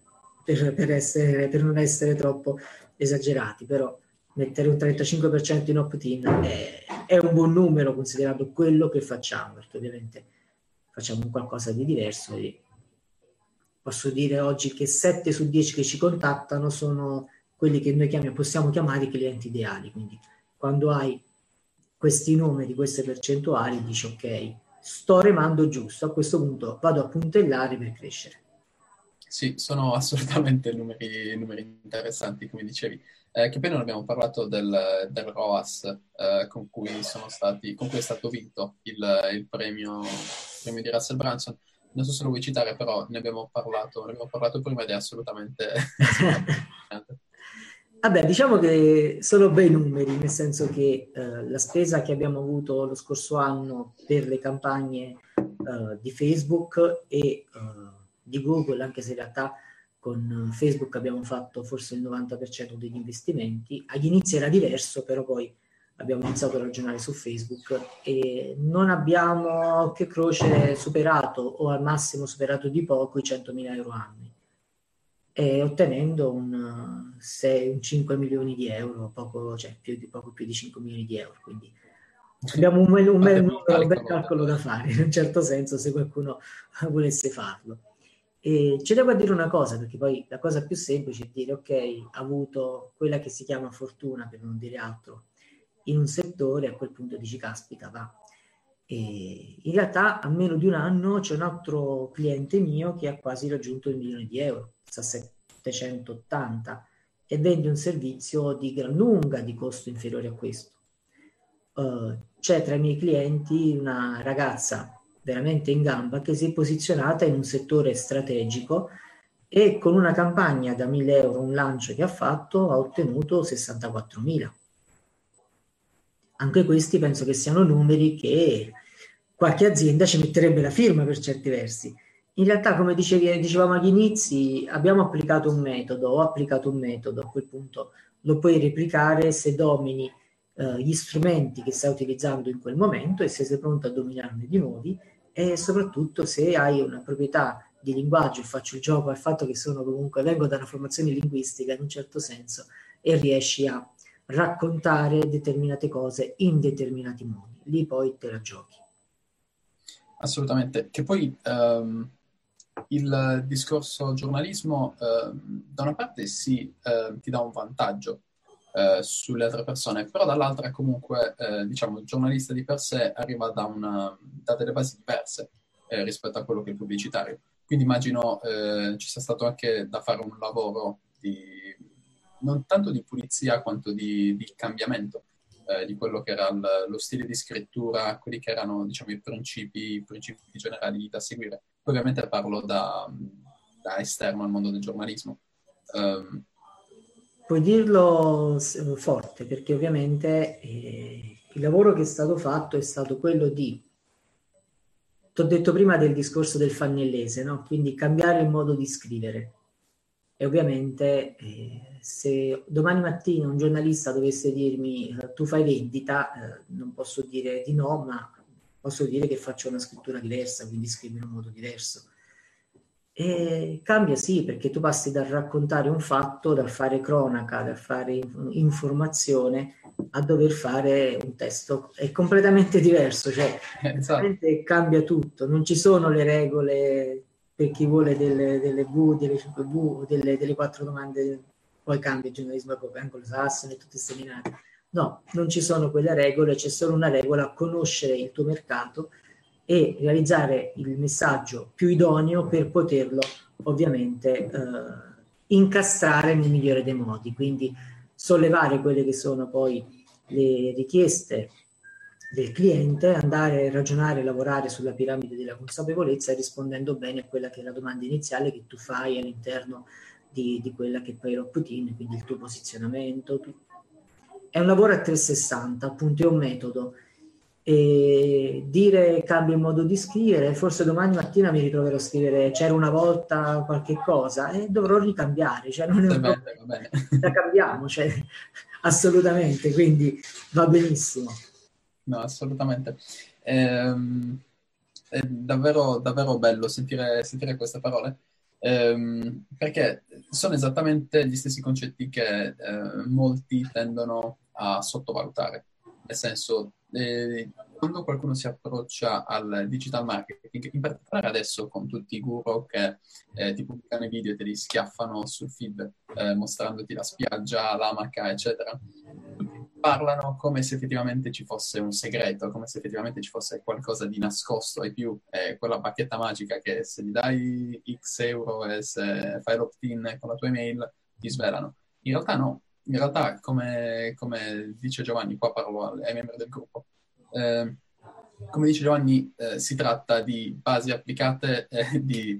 per non essere troppo esagerati, però mettere un 35% in opt-in è un buon numero considerato quello che facciamo, perché ovviamente facciamo qualcosa di diverso e posso dire oggi che 7 su 10 che ci contattano sono quelli che noi possiamo chiamare i clienti ideali, quindi quando hai questi numeri, queste percentuali, dici ok, sto remando giusto, a questo punto vado a puntellare per crescere. Sì, sono assolutamente numeri interessanti, come dicevi. Che poi non abbiamo parlato del ROAS con cui è stato vinto il premio di Russell Brunson. Non so se lo vuoi citare, però ne abbiamo parlato prima ed è assolutamente importante. Vabbè, diciamo che sono bei numeri, nel senso che la spesa che abbiamo avuto lo scorso anno per le campagne di Facebook e di Google, anche se in realtà con Facebook abbiamo fatto forse il 90% degli investimenti, agli inizi era diverso, però poi abbiamo iniziato a ragionare su Facebook e non abbiamo che croce superato o al massimo superato di poco i 100.000 euro annui, e ottenendo un 5 milioni di euro, poco più di 5 milioni di euro. Quindi abbiamo un bel calcolo da fare, in un certo senso, se qualcuno volesse farlo. E ci devo dire una cosa, perché poi la cosa più semplice è dire ok, ha avuto quella che si chiama fortuna, per non dire altro, in un settore, a quel punto dici caspita, va. E in realtà a meno di un anno c'è un altro cliente mio che ha quasi raggiunto il 1.000.000 di euro, sta a 780, e vende un servizio di gran lunga di costo inferiore a questo. C'è tra i miei clienti una ragazza veramente in gamba che si è posizionata in un settore strategico e con una campagna da 1.000 euro, un lancio che ha fatto, ha ottenuto 64.000. Anche questi penso che siano numeri che qualche azienda ci metterebbe la firma per certi versi. In realtà, come dicevamo agli inizi, abbiamo applicato un metodo, ho applicato un metodo, a quel punto lo puoi replicare se domini gli strumenti che stai utilizzando in quel momento e se sei pronto a dominarne di nuovi, e soprattutto se hai una proprietà di linguaggio, faccio il gioco al fatto che vengo da una formazione linguistica in un certo senso e riesci a raccontare determinate cose in determinati modi, lì poi te la giochi. Assolutamente, che poi il discorso giornalismo da una parte sì, ti dà un vantaggio sulle altre persone, però dall'altra comunque diciamo il giornalista di per sé arriva da delle basi diverse rispetto a quello che è il pubblicitario. Quindi immagino ci sia stato anche da fare un lavoro non tanto di pulizia quanto di cambiamento di quello che era lo stile di scrittura, quelli che erano diciamo i principi generali da seguire. Poi ovviamente parlo da esterno al mondo del giornalismo. Puoi dirlo forte, perché ovviamente il lavoro che è stato fatto è stato quello di, ti ho detto prima del discorso del fannellese, no? Quindi cambiare il modo di scrivere. E ovviamente se domani mattina un giornalista dovesse dirmi tu fai vendita, non posso dire di no, ma posso dire che faccio una scrittura diversa, quindi scrivo in un modo diverso. E cambia sì, perché tu passi dal raccontare un fatto, dal fare cronaca, dal fare informazione, a dover fare un testo. È completamente diverso, cioè veramente cambia tutto. Non ci sono le regole per chi vuole delle V, delle 5V, delle 4 domande, poi cambia il giornalismo anglosassone e tutte queste minate. No, non ci sono quelle regole, c'è solo una regola: conoscere il tuo mercato e realizzare il messaggio più idoneo per poterlo ovviamente incastrare nel migliore dei modi, quindi sollevare quelle che sono poi le richieste del cliente, andare a ragionare, lavorare sulla piramide della consapevolezza, rispondendo bene a quella che è la domanda iniziale che tu fai all'interno di quella che poi è la routine, quindi il tuo posizionamento. È un lavoro a 360, appunto, è un metodo. E dire cambia il modo di scrivere, forse domani mattina mi ritroverò a scrivere c'era una volta qualche cosa e dovrò ricambiare, cioè non è un Va problema, bene. la cambiamo, cioè, assolutamente, quindi va benissimo. No, assolutamente. È davvero, davvero bello sentire queste parole, perché sono esattamente gli stessi concetti che molti tendono a sottovalutare. Nel senso, quando qualcuno si approccia al digital marketing, in particolare adesso con tutti i guru che ti pubblicano i video e te li schiaffano sul feed, mostrandoti la spiaggia, l'amaca, eccetera, parlano come se effettivamente ci fosse un segreto, come se effettivamente ci fosse qualcosa di nascosto ai più, quella bacchetta magica che se gli dai X euro e se fai l'opt-in con la tua email ti svelano. In realtà no, in realtà come dice Giovanni, qua parlo ai membri del gruppo, come dice Giovanni, si tratta di basi applicate e di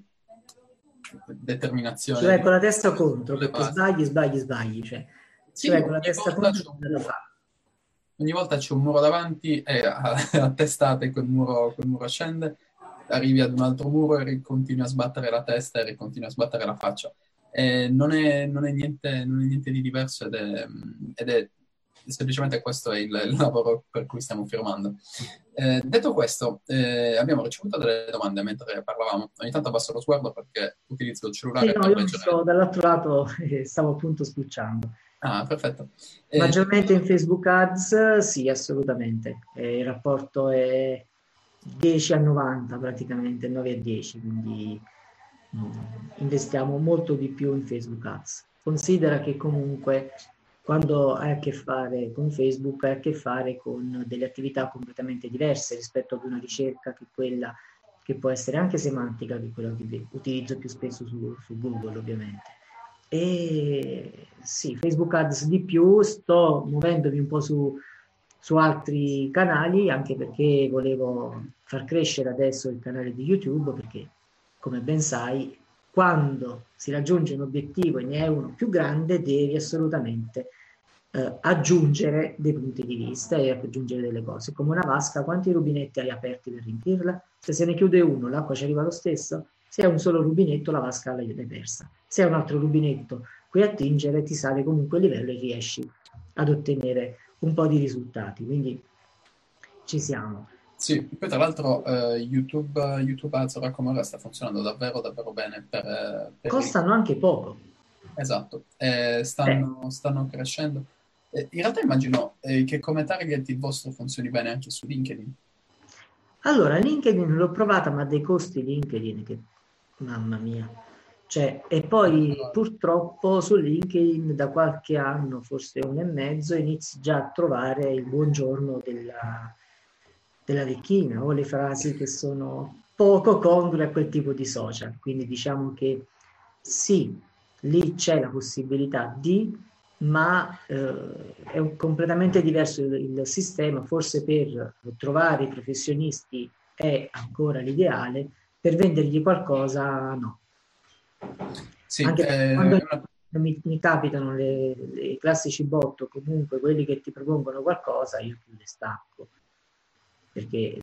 Ci determinazione vai di con la testa contro, sulle perché basi. sbagli, sbagli, sbagli, cioè ci Sì, vai con la testa contro e non la fai. ogni volta c'è un muro davanti e a testate quel muro scende, arrivi ad un altro muro e continui a sbattere la testa e continui a sbattere la faccia. E non è niente di diverso ed è semplicemente questo è il lavoro per cui stiamo firmando. Detto questo, abbiamo ricevuto delle domande mentre parlavamo. Ogni tanto abbasso lo sguardo perché utilizzo il Sì, cellulare no, per io leggere. sto dall'altro lato e stavo appunto spulciando. Ah, perfetto. Maggiormente in Facebook Ads, sì, assolutamente. Il rapporto è 10 a 90 praticamente, 9 a 10, quindi mm, investiamo molto di più in Facebook Ads. Considera che comunque quando hai a che fare con Facebook hai a che fare con delle attività completamente diverse rispetto ad una ricerca che è quella che può essere anche semantica, che è quella che utilizzo più spesso su Google, ovviamente. E sì, Facebook Ads di più, sto muovendomi un po' su altri canali, anche perché volevo far crescere adesso il canale di YouTube, perché come ben sai, quando si raggiunge un obiettivo e ne è uno più grande, devi assolutamente aggiungere dei punti di vista e aggiungere delle cose. Come una vasca, quanti rubinetti hai aperti per riempirla? Se ne chiude uno, l'acqua ci arriva lo stesso? Se è un solo rubinetto, la vasca l'hai persa. Se è un altro rubinetto cui attingere, ti sale comunque il livello e riesci ad ottenere un po' di risultati. Quindi ci siamo. Sì, poi tra l'altro YouTube Ads ora come ora sta funzionando davvero davvero bene per i... Costano anche poco. Esatto, Eh, stanno crescendo. In realtà immagino che come target il vostro funzioni bene anche su LinkedIn. allora, LinkedIn l'ho provata, ma ha dei costi LinkedIn che, mamma mia. Cioè, e poi purtroppo su LinkedIn da qualche anno, forse 1 e mezzo, inizi già a trovare il buongiorno della vecchina o le frasi che sono poco congrue a quel tipo di social. Quindi diciamo che sì, lì c'è la possibilità ma è completamente diverso il sistema, forse per trovare i professionisti è ancora l'ideale, per vendergli qualcosa no. Sì, Anche perché quando mi capitano i classici bot o comunque quelli che ti propongono qualcosa, io più le stacco, perché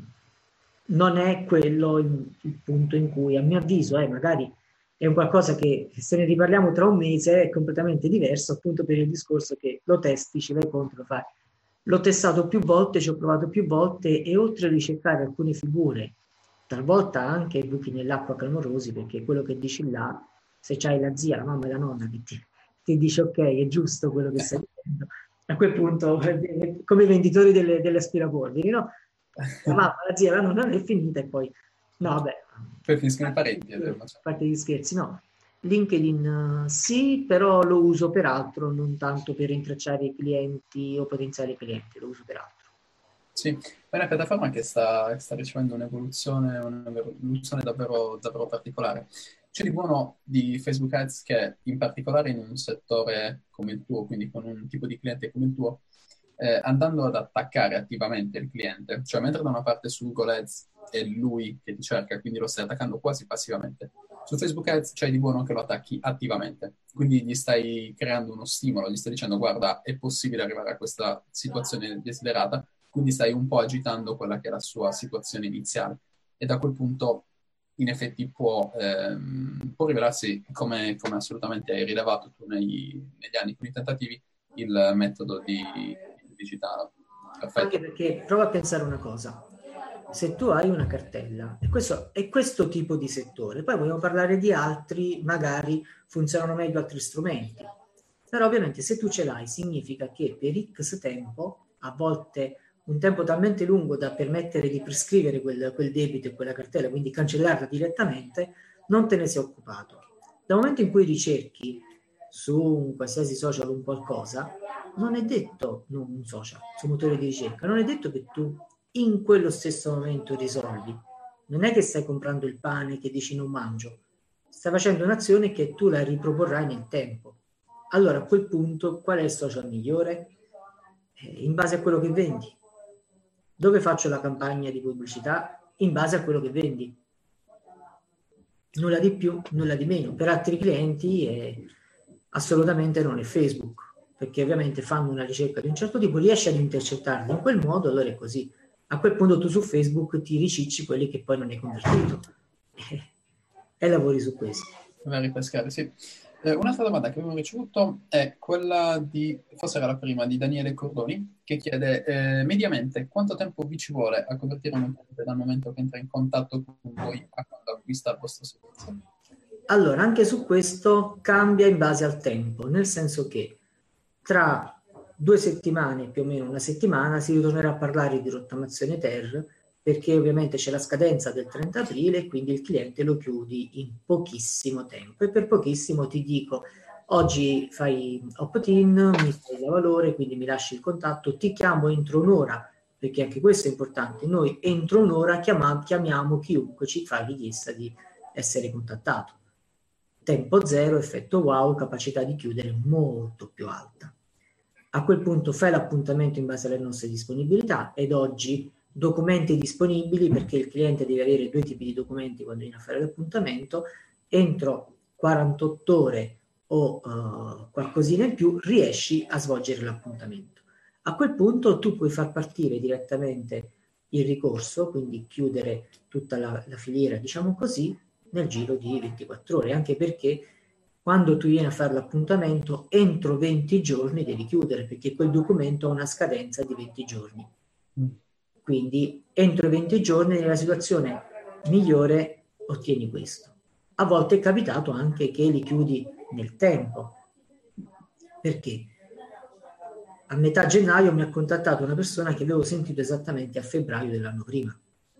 non è quello il punto in cui, a mio avviso, magari è un qualcosa che se ne riparliamo tra 1 mese è completamente diverso, appunto per il discorso che lo testi, ci vai contro, lo fai. L'ho testato più volte, ci ho provato più volte e oltre a ricercare alcune figure, talvolta anche buchi nell'acqua clamorosi, perché quello che dici là, se c'hai la zia, la mamma e la nonna che ti dice ok, è giusto quello che stai dicendo, a quel punto, come i venditori delle aspirapolveri, no? La mamma, la zia, la nonna non è finita e poi, no, vabbè, poi finiscono i parenti, a ma cioè, parte gli scherzi, no. LinkedIn sì, però lo uso per altro, non tanto per rintracciare i clienti o potenziali clienti, lo uso per altro. sì, è una piattaforma che sta ricevendo un'evoluzione davvero, davvero particolare. C'è di buono di Facebook Ads che, in particolare in un settore come il tuo, quindi con un tipo di cliente come il tuo, andando ad attaccare attivamente il cliente, cioè mentre da una parte su Google Ads è lui che ti cerca, quindi lo stai attaccando quasi passivamente, su Facebook Ads c'hai di buono che lo attacchi attivamente, quindi gli stai creando uno stimolo, gli stai dicendo guarda, è possibile arrivare a questa situazione desiderata, quindi stai un po' agitando quella che è la sua situazione iniziale e da quel punto in effetti può rivelarsi, come assolutamente hai rilevato tu negli anni con i tentativi, il metodo di digitale. Anche Perfetto. perché prova a pensare una cosa. Se tu hai una cartella, e questo è questo tipo di settore, poi vogliamo parlare di altri, magari funzionano meglio altri strumenti. Però ovviamente se tu ce l'hai, significa che per X tempo, a volte un tempo talmente lungo da permettere di prescrivere quel debito e quella cartella, quindi cancellarla direttamente, non te ne sei occupato. Dal momento in cui ricerchi su un qualsiasi social un qualcosa, non è detto, non un social, su motore di ricerca, non è detto che tu in quello stesso momento risolvi. Non è che stai comprando il pane che dici non mangio, stai facendo un'azione che tu la riproporrai nel tempo. Allora a quel punto qual è il social migliore? In base a quello che vendi. Dove faccio la campagna di pubblicità? In base a quello che vendi. Nulla di più, nulla di meno. Per altri clienti assolutamente non è Facebook, perché ovviamente fanno una ricerca di un certo tipo, riesci ad intercettarli in quel modo, allora è così. A quel punto tu su Facebook ti ricicci quelli che poi non hai convertito e lavori su questo. Per ripescare, sì. Un'altra domanda che abbiamo ricevuto è quella di, forse era la prima, di Daniele Cordoni, che chiede mediamente quanto tempo vi ci vuole a convertire un utente dal momento che entra in contatto con voi a quando acquista il vostro servizio? Allora, anche su questo cambia in base al tempo, nel senso che tra 2 settimane, più o meno una settimana, si ritornerà a parlare di rottamazione ter, perché ovviamente c'è la scadenza del 30 aprile e quindi il cliente lo chiudi in pochissimo tempo. E per pochissimo ti dico, oggi fai opt-in, mi fai la valore, quindi mi lasci il contatto, ti chiamo entro un'ora, perché anche questo è importante. Noi entro un'ora chiamiamo chiunque ci fa richiesta di essere contattato. Tempo zero, effetto wow, capacità di chiudere molto più alta. A quel punto fai l'appuntamento in base alle nostre disponibilità ed oggi documenti disponibili, perché il cliente deve avere 2 tipi di documenti quando viene a fare l'appuntamento, entro 48 ore o qualcosina in più riesci a svolgere l'appuntamento. A quel punto tu puoi far partire direttamente il ricorso, quindi chiudere tutta la filiera, diciamo così, nel giro di 24 ore, anche perché quando tu vieni a fare l'appuntamento entro 20 giorni devi chiudere, perché quel documento ha una scadenza di 20 giorni. Quindi entro 20 giorni nella situazione migliore ottieni questo. A volte è capitato anche che li chiudi nel tempo. Perché? A metà gennaio mi ha contattato una persona che avevo sentito esattamente a febbraio dell'anno prima.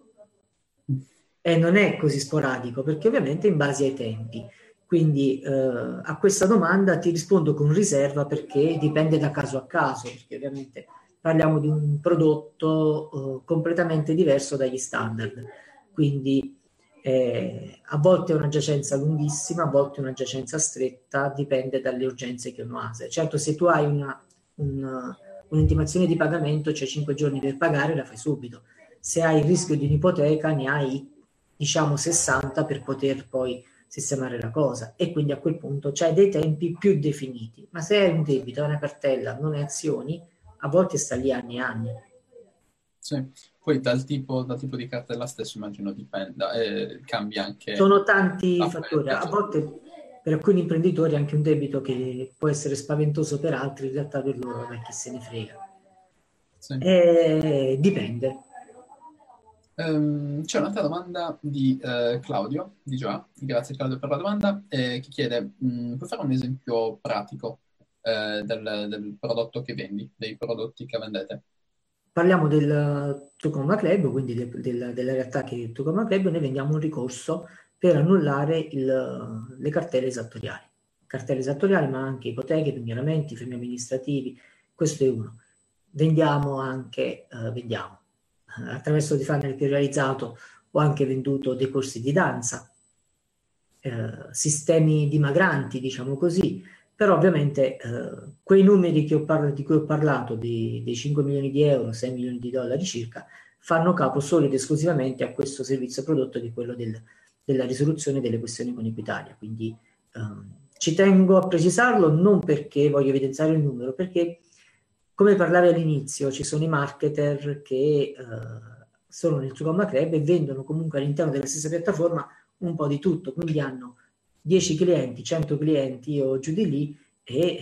E non è così sporadico, perché ovviamente in base ai tempi. Quindi a questa domanda ti rispondo con riserva perché dipende da caso a caso, perché ovviamente parliamo di un prodotto completamente diverso dagli standard. Quindi a volte è una giacenza lunghissima, a volte è una giacenza stretta, dipende dalle urgenze che uno ha. Certo, se tu hai un'intimazione di pagamento, cioè 5 giorni per pagare, la fai subito. Se hai il rischio di un'ipoteca, ne hai diciamo 60 per poter poi sistemare la cosa e quindi a quel punto c'hai dei tempi più definiti. Ma se hai un debito, hai una cartella, non hai azioni, a volte sta lì anni e anni. Sì. Poi dal tipo di cartella stesso immagino dipenda, cambia anche Sono tanti la fattori, a certo. volte per alcuni imprenditori anche un debito che può essere spaventoso per altri, in realtà per loro non è chi se ne frega. Sì. Dipende. C'è un'altra domanda di Claudio, di Gioa, grazie Claudio per la domanda, che chiede, puoi fare un esempio pratico del prodotto che vendi, dei prodotti che vendete? Parliamo del Tucumma Club, quindi della realtà che è il Tucumma Club, noi vendiamo un ricorso per annullare le cartelle esattoriali. Cartelle esattoriali, ma anche ipoteche, pignoramenti, fermi amministrativi, questo è uno. Vendiamo anche, attraverso di funnel che ho realizzato, ho anche venduto dei corsi di danza, sistemi dimagranti, diciamo così, Però ovviamente quei numeri di cui ho parlato, dei 5 milioni di euro, 6 milioni di dollari circa, fanno capo solo ed esclusivamente a questo servizio prodotto, che è quello della risoluzione delle questioni con Equitalia. Quindi ci tengo a precisarlo, non perché voglio evidenziare il numero, perché, come parlavi all'inizio, ci sono i marketer che sono nel Tucumma Club e vendono comunque all'interno della stessa piattaforma un po' di tutto, quindi hanno 10 clienti, 100 clienti o giù di lì, e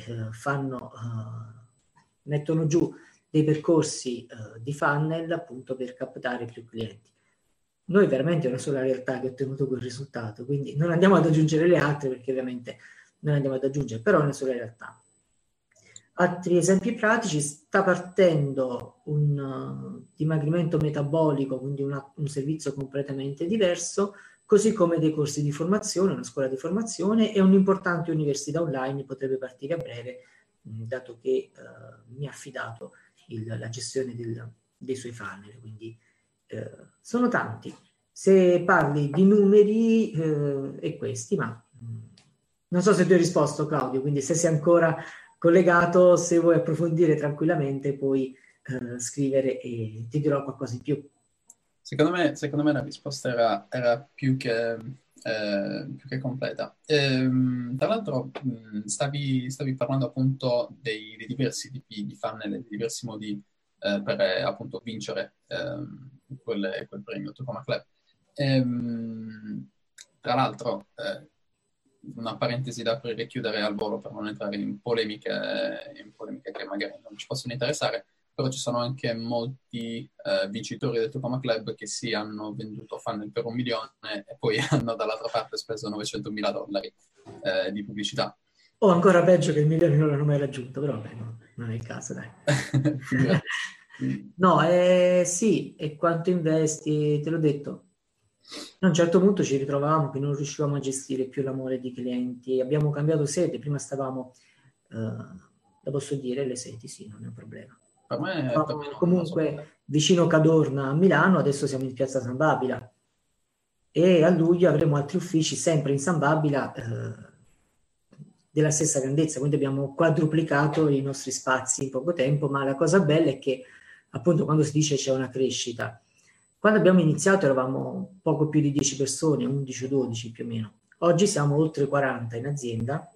mettono giù dei percorsi di funnel appunto per captare più clienti. Noi veramente è una sola realtà che ha ottenuto quel risultato, quindi non andiamo ad aggiungere le altre, perché ovviamente non andiamo ad aggiungere, però è una sola realtà. Altri esempi pratici: sta partendo un dimagrimento metabolico, quindi un servizio completamente diverso, così come dei corsi di formazione, una scuola di formazione, e un'importante università online potrebbe partire a breve, dato che mi ha affidato la gestione dei suoi funnel. Quindi sono tanti. Se parli di numeri è questi, ma non so se ti ho risposto, Claudio, quindi se sei ancora collegato, se vuoi approfondire tranquillamente puoi scrivere e ti dirò qualcosa in più. Secondo me la risposta era più che completa. Tra l'altro, stavi parlando appunto dei diversi tipi di funnel, dei diversi modi per appunto vincere quel premio Tucumã Club. Tra l'altro, una parentesi da aprire e chiudere al volo per non entrare in polemiche che magari non ci possono interessare, però ci sono anche molti vincitori del Tucumã Club che sì, hanno venduto funnel per 1 milione e poi hanno dall'altra parte speso $900.000 di pubblicità. O ancora peggio, che il milione non l'hanno mai raggiunto, però vabbè, no, non è il caso, dai. No, sì, e quanto investi, te l'ho detto. A un certo punto ci ritrovavamo che non riuscivamo a gestire più l'amore di clienti, abbiamo cambiato sede, prima stavamo, lo posso dire, le sedi, sì, non è un problema. Per me Comunque vicino Cadorna a Milano, adesso siamo in piazza San Babila, e a luglio avremo altri uffici sempre in San Babila della stessa grandezza, quindi abbiamo quadruplicato i nostri spazi in poco tempo. Ma la cosa bella è che, appunto, quando si dice c'è una crescita, quando abbiamo iniziato eravamo poco più di 10 persone, 11 o 12 più o meno. Oggi siamo oltre 40 in azienda,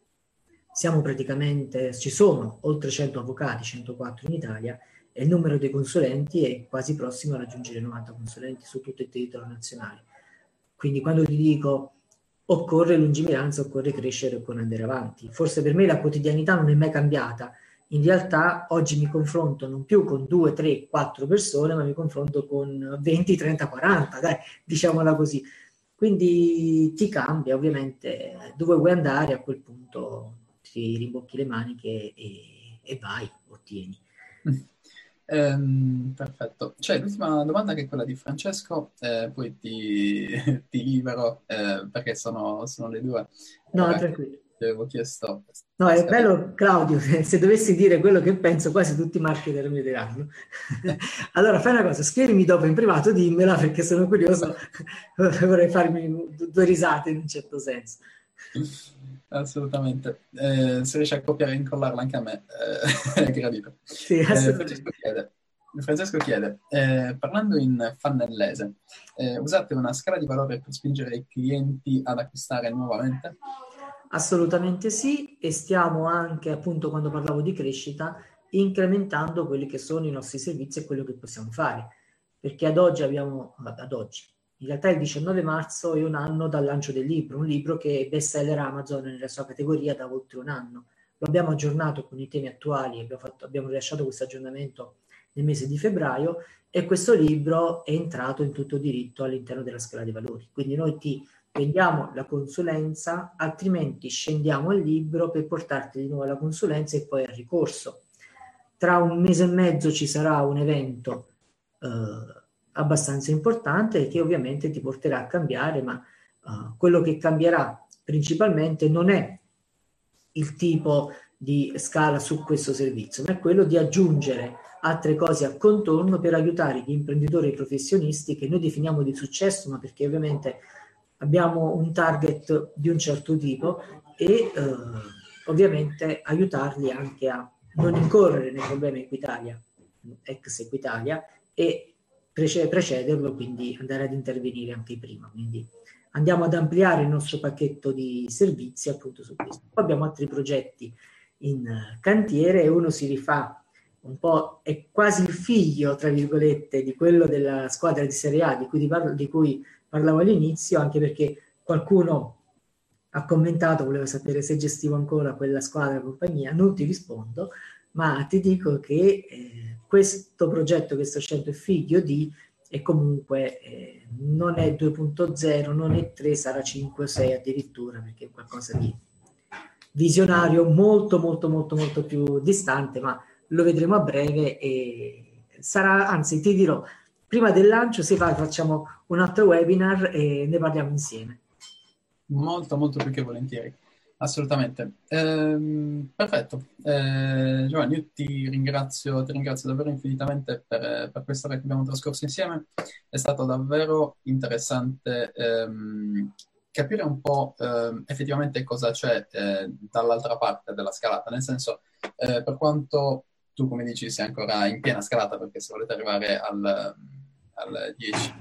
ci sono oltre 100 avvocati, 104 in Italia, e il numero dei consulenti è quasi prossimo a raggiungere 90 consulenti su tutto il territorio nazionale. Quindi quando ti dico occorre lungimiranza, occorre crescere, occorre andare avanti. Forse per me la quotidianità non è mai cambiata. In realtà oggi mi confronto non più con 2, 3, 4 persone, ma mi confronto con 20, 30, 40, dai, diciamola così. Quindi ti cambia, ovviamente, dove vuoi andare, a quel punto ti rimbocchi le maniche e vai, ottieni. Perfetto. C'è l'ultima domanda, che è quella di Francesco, poi ti libero perché sono le 2. No, tranquillo. Ti avevo chiesto. No, è bello, Claudio, se dovessi dire quello che penso, quasi tutti i marketer mi diranno. Allora fai una cosa, scrivimi dopo in privato, dimmela, perché sono curioso, vorrei farmi 2 risate in un certo senso. Assolutamente. Se riesci a copiare e incollarla anche a me, è gradito. Sì, assolutamente. Francesco chiede, parlando in funnellese, usate una scala di valore per spingere i clienti ad acquistare nuovamente? Assolutamente sì, e stiamo anche, appunto, quando parlavo di crescita, incrementando quelli che sono i nostri servizi e quello che possiamo fare, perché ad oggi, in realtà il 19 marzo è un anno dal lancio del libro, un libro che è best seller Amazon nella sua categoria da oltre un anno. Lo abbiamo aggiornato con i temi attuali, abbiamo rilasciato questo aggiornamento nel mese di febbraio, e questo libro è entrato in tutto diritto all'interno della scala dei valori. Quindi noi ti vendiamo la consulenza, altrimenti scendiamo al libro per portarti di nuovo alla consulenza e poi al ricorso. Tra 1 mese e mezzo ci sarà un evento abbastanza importante, che ovviamente ti porterà a cambiare, ma quello che cambierà principalmente non è il tipo di scala su questo servizio, ma è quello di aggiungere altre cose a contorno per aiutare gli imprenditori e i professionisti, che noi definiamo di successo, ma perché ovviamente abbiamo un target di un certo tipo, e ovviamente aiutarli anche a non incorrere nei problemi Equitalia, ex Equitalia, e precederlo, quindi andare ad intervenire anche prima. Quindi andiamo ad ampliare il nostro pacchetto di servizi appunto su questo. Poi abbiamo altri progetti in cantiere e uno si rifà un po', è quasi il figlio, tra virgolette, di quello della squadra di Serie A di cui parlavo all'inizio, anche perché qualcuno ha commentato, voleva sapere se gestivo ancora quella squadra e compagnia. Non ti rispondo, ma ti dico che questo progetto che sto scelto è figlio di, e comunque non è 2.0, non è 3, sarà 5 o 6 addirittura, perché è qualcosa di visionario molto molto molto molto più distante, ma lo vedremo a breve e sarà, anzi ti dirò, prima del lancio se va facciamo un altro webinar e ne parliamo insieme. Molto, molto più che volentieri, assolutamente. Perfetto. Giovanni, io ti ringrazio davvero infinitamente per quest'ora che abbiamo trascorso insieme. È stato davvero interessante capire un po' effettivamente cosa c'è dall'altra parte della scalata, nel senso, per quanto tu, come dici, sei ancora in piena scalata, perché se volete arrivare al 10,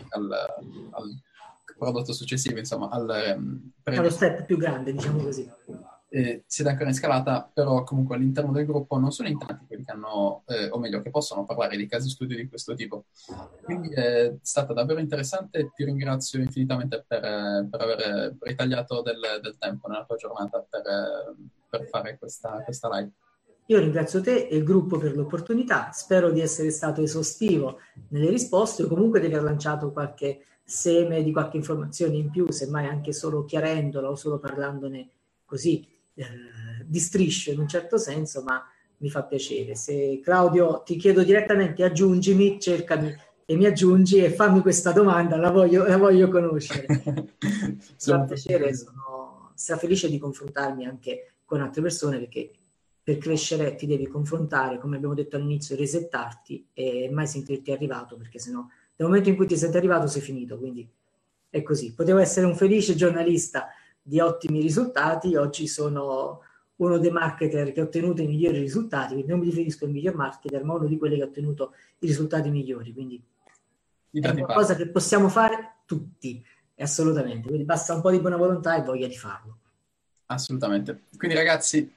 al prodotto successivo, insomma, Allo step più grande, diciamo così. siete ancora in scalata, però comunque all'interno del gruppo non sono in tanti quelli che hanno, o meglio, che possono parlare di casi studio di questo tipo. Quindi è stata davvero interessante e ti ringrazio infinitamente per aver ritagliato del tempo nella tua giornata per fare questa live. Io ringrazio te e il gruppo per l'opportunità, spero di essere stato esaustivo nelle risposte o comunque di aver lanciato qualche seme di qualche informazione in più, semmai anche solo chiarendola o solo parlandone così di striscio in un certo senso, ma mi fa piacere. Se Claudio ti chiedo direttamente aggiungimi, cercami e mi aggiungi e fammi questa domanda, la voglio conoscere. Mi fa piacere, sono strafelice di confrontarmi anche con altre persone perché per crescere ti devi confrontare, come abbiamo detto all'inizio, resettarti e mai sentirti arrivato, perché sennò nel momento in cui ti senti arrivato sei finito, quindi è così. Potevo essere un felice giornalista di ottimi risultati, oggi sono uno dei marketer che ha ottenuto i migliori risultati, quindi non mi riferisco al miglior marketer, ma uno di quelli che ha ottenuto i risultati migliori, quindi è una cosa che possiamo fare tutti, assolutamente, quindi basta un po' di buona volontà e voglia di farlo. Assolutamente. Quindi ragazzi,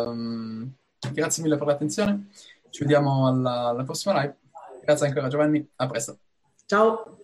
grazie mille per l'attenzione, ci vediamo alla prossima live. Grazie ancora Giovanni, a presto. Ciao!